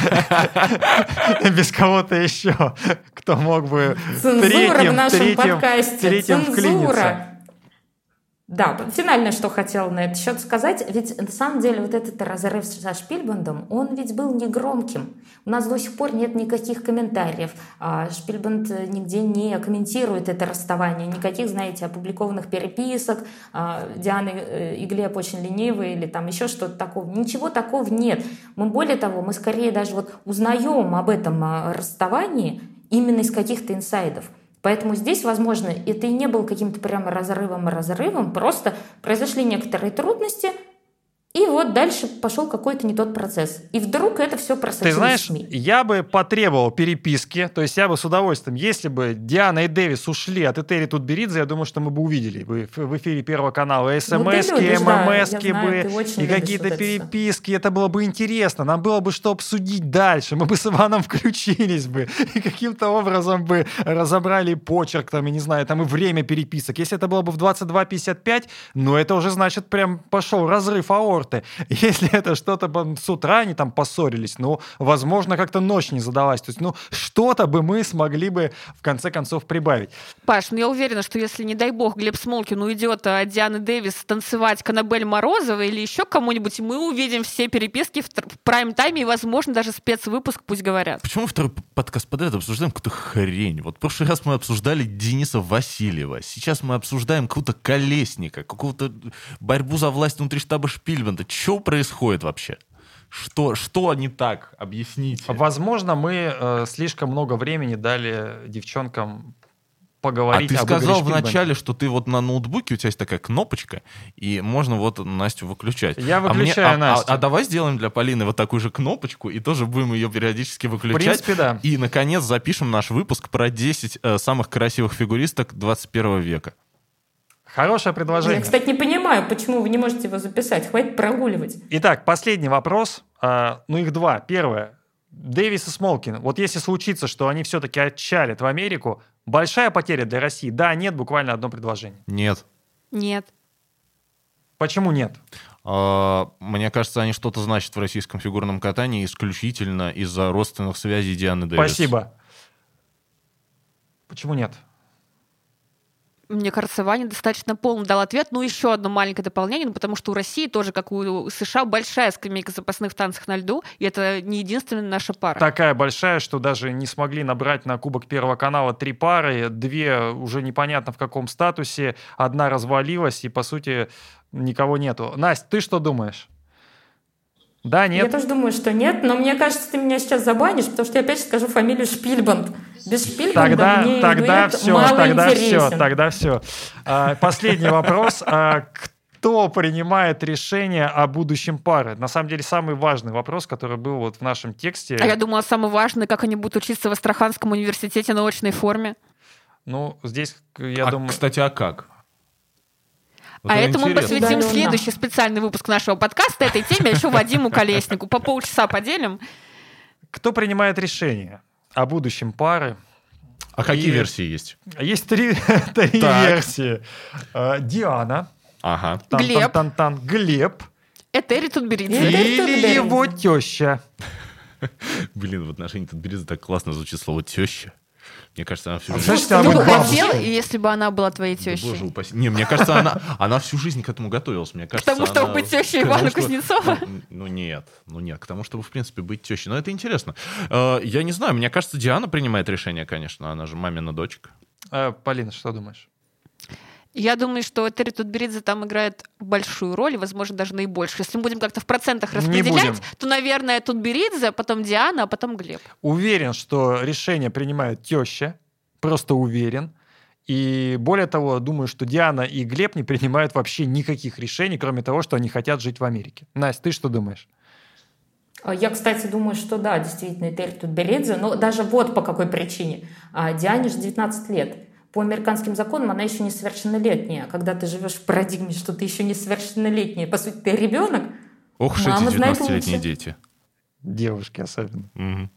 кого-то еще, кто мог бы Цензура в нашем подкасте. третьим вклиниться. Да, финальное, что хотела на этот счет сказать, ведь на самом деле вот этот разрыв со Шпильбандом, он ведь был не громким. У нас до сих пор нет никаких комментариев. Шпильбанд нигде не комментирует это расставание, никаких, знаете, опубликованных переписок. Диана и Глеб очень ленивые или там еще что-то такого. Ничего такого нет. Более того, мы скорее даже вот узнаем об этом расставании именно из каких-то инсайдов. Поэтому здесь, возможно, это и не было каким-то прямо разрывом, просто произошли некоторые трудности, и вот дальше пошел какой-то не тот процесс. И вдруг это все просочилось в СМИ. Ты знаешь, я бы потребовал переписки, то есть я бы с удовольствием, если бы Диана и Дэвис ушли от Этери Тутберидзе, я думаю, что мы бы увидели в эфире Первого канала СМСки, ММСки бы, и какие-то переписки, это было бы интересно, нам было бы что обсудить дальше, мы бы с Иваном включились бы, и каким-то образом бы разобрали почерк, там, я не знаю, там и время переписок. Если это было бы в 22:55, это уже, значит, прям пошел разрыв аорты. Если это что-то с утра они там поссорились, возможно, как-то ночь не задалась. То есть, что-то бы мы смогли бы в конце концов прибавить. Паш, я уверена, что если, не дай бог, Глеб Смолкин уйдет от Дианы Дэвис танцевать Канабель Морозова или еще кому-нибудь, мы увидим все переписки в прайм-тайме и, возможно, даже спецвыпуск, пусть говорят. Почему второй подкаст подряд обсуждаем какую-то хрень? Вот в прошлый раз мы обсуждали Дениса Васильева, сейчас мы обсуждаем какого-то Колесника, какую-то борьбу за власть внутри штаба Шпильбанда. Что происходит вообще? Что не так? Объясните. Возможно, мы слишком много времени дали девчонкам поговорить ты об Игоре сказал Шпильбанке. вначале, что ты вот на ноутбуке, у тебя есть такая кнопочка, и можно вот Настю выключать. Я выключаю Настю. А давай сделаем для Полины вот такую же кнопочку, и тоже будем ее периодически В выключать. принципе, да. И, наконец, запишем наш выпуск про 10 самых красивых фигуристок 21 века. Хорошее Я, предложение. кстати, не понимаю, почему вы не можете его записать. Хватит прогуливать. Итак, последний вопрос. Их два. Первое. Дэвис и Смолкин. Вот если случится, что они все-таки отчалят в Америку, большая потеря для России? Да, нет, буквально одно предложение. Нет. Нет. Почему нет? Мне кажется, они что-то значат в российском фигурном катании исключительно из-за родственных связей Дианы Дэвис. Спасибо. Почему нет? Мне кажется, Ваня достаточно полно дал ответ. Ну, еще одно маленькое дополнение, потому что у России тоже, как у США, большая скамейка запасных в танцах на льду, и это не единственная наша пара. Такая большая, что даже не смогли набрать на Кубок Первого канала 3 пары, 2 уже непонятно в каком статусе, одна развалилась, и, по сути, никого нету. Настя, ты что думаешь? Да, нет? Я тоже думаю, что нет, но мне кажется, ты меня сейчас забанишь, потому что я опять скажу фамилию Шпильбанд. Без Шпильбанда мне дуэт мало интересен. Тогда все. Последний вопрос. Кто принимает решение о будущем пары? На самом деле, самый важный вопрос, который был вот в нашем тексте. А я думала, самое важное, как они будут учиться в Астраханском университете на очной форме. Ну, здесь, я думаю... Кстати, а как? Вот А это мы интересно. посвятим Удаленно. следующий специальный выпуск нашего подкаста этой теме, еще Вадиму Колеснику. По полчаса поделим. Кто принимает решение о будущем пары? А какие И- версии есть? Есть три версии. Диана. Ага. Глеб. Тан-тан-тан-тан. Глеб. Этери Тутберидзе. Этери Или Тутберидзе. его теща. Блин, в отношении Тутберидзе так классно звучит слово «теща». Мне кажется, она всю жизнь... Слушайте, Ты она бы будет бабушкой. хотел, если бы она была твоей Да, тещей? боже упаси. Не, мне кажется, она всю жизнь к этому готовилась. Мне кажется, Потому чтобы она- быть тещей к тому, Ивана что- Кузнецова? Ну нет, к тому, чтобы, в принципе, быть тещей. Но это интересно. Я не знаю, мне кажется, Диана принимает решение, конечно. Она же мамина дочка. Полина, что думаешь? Я думаю, что Этери Тутберидзе там играет большую роль, и, возможно, даже наибольшую. Если мы будем как-то в процентах Не распределять, будем. то, наверное, Тутберидзе, потом Диана, а потом Глеб. Уверен, что решение принимает теща. Просто уверен. И более того, думаю, что Диана и Глеб не принимают вообще никаких решений, кроме того, что они хотят жить в Америке. Настя, ты что думаешь? Я, кстати, думаю, что да, действительно, Этери Тутберидзе, но даже вот по какой причине. Диане же 19 лет. По американским законам она еще несовершеннолетняя. Когда ты живешь в парадигме, что ты еще несовершеннолетняя, по сути, ты ребенок, Ох уж эти Мама знает 19-летние лучше. дети. Девушки особенно. Мгм.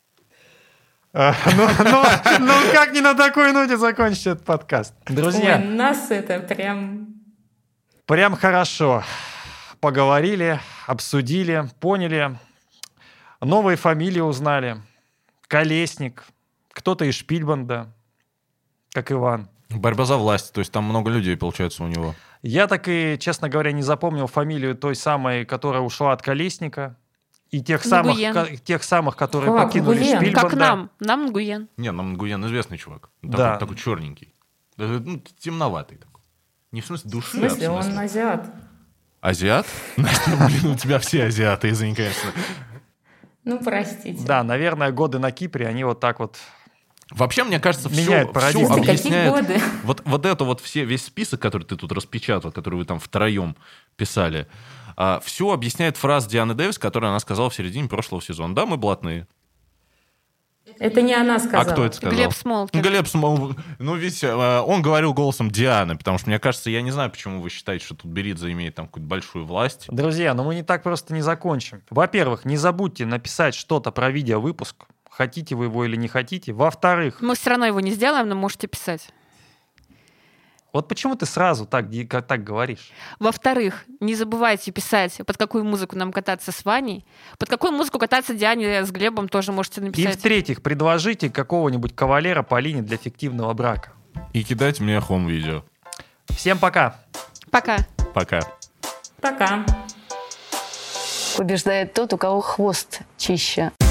Ну, как не на такой ноте закончить этот подкаст? ой, Друзья, нас это прям... прям хорошо. Поговорили, обсудили, поняли. Новые фамилии узнали. Колесник. Кто-то из Шпильбанда, как Иван. Борьба за власть. То есть там много людей, получается, у него. Я так и, честно говоря, не запомнил фамилию той самой, которая ушла от Колесника. И тех самых, Нгуен. тех самых, которые Как покинули Нгуен? Шпильбанда. Как нам. Нам Нгуен. Не, нам Нгуен известный чувак. Да. Такой черненький. Ну, темноватый такой. Не в смысле души, В смысле, а в он смысле... азиат. Азиат? Настя, блин, у тебя все азиаты, извини, конечно. Ну, простите. Да, наверное, годы на Кипре, они вот так вот... Вообще, мне кажется, Меняет все парадигму. Какие объясняет... годы? Вот это вот весь список, который ты тут распечатал, который вы там втроем писали, все объясняет фраза Дианы Дэвис, которую она сказала в середине прошлого сезона. Да, мы блатные. Это не она сказала. А кто это сказал? Глеб Смолкин. Глеб Смолкин. Ну, видите, он говорил голосом Дианы, потому что, мне кажется, я не знаю, почему вы считаете, что Тутберидзе имеет там какую-то большую власть. Друзья, но мы не так просто не закончим. Во-первых, не забудьте написать что-то про видеовыпуск. Хотите вы его или не хотите. Во-вторых, Мы все равно его не сделаем, но можете писать. вот почему ты сразу так говоришь? Во-вторых, не забывайте писать, под какую музыку нам кататься с Ваней, под какую музыку кататься Диане с Глебом тоже можете И написать. в-третьих, предложите какого-нибудь кавалера Полине для фиктивного брака. И кидайте мне хом-видео. Всем пока! Пока. Пока. Пока. Побеждает тот, у кого хвост чище.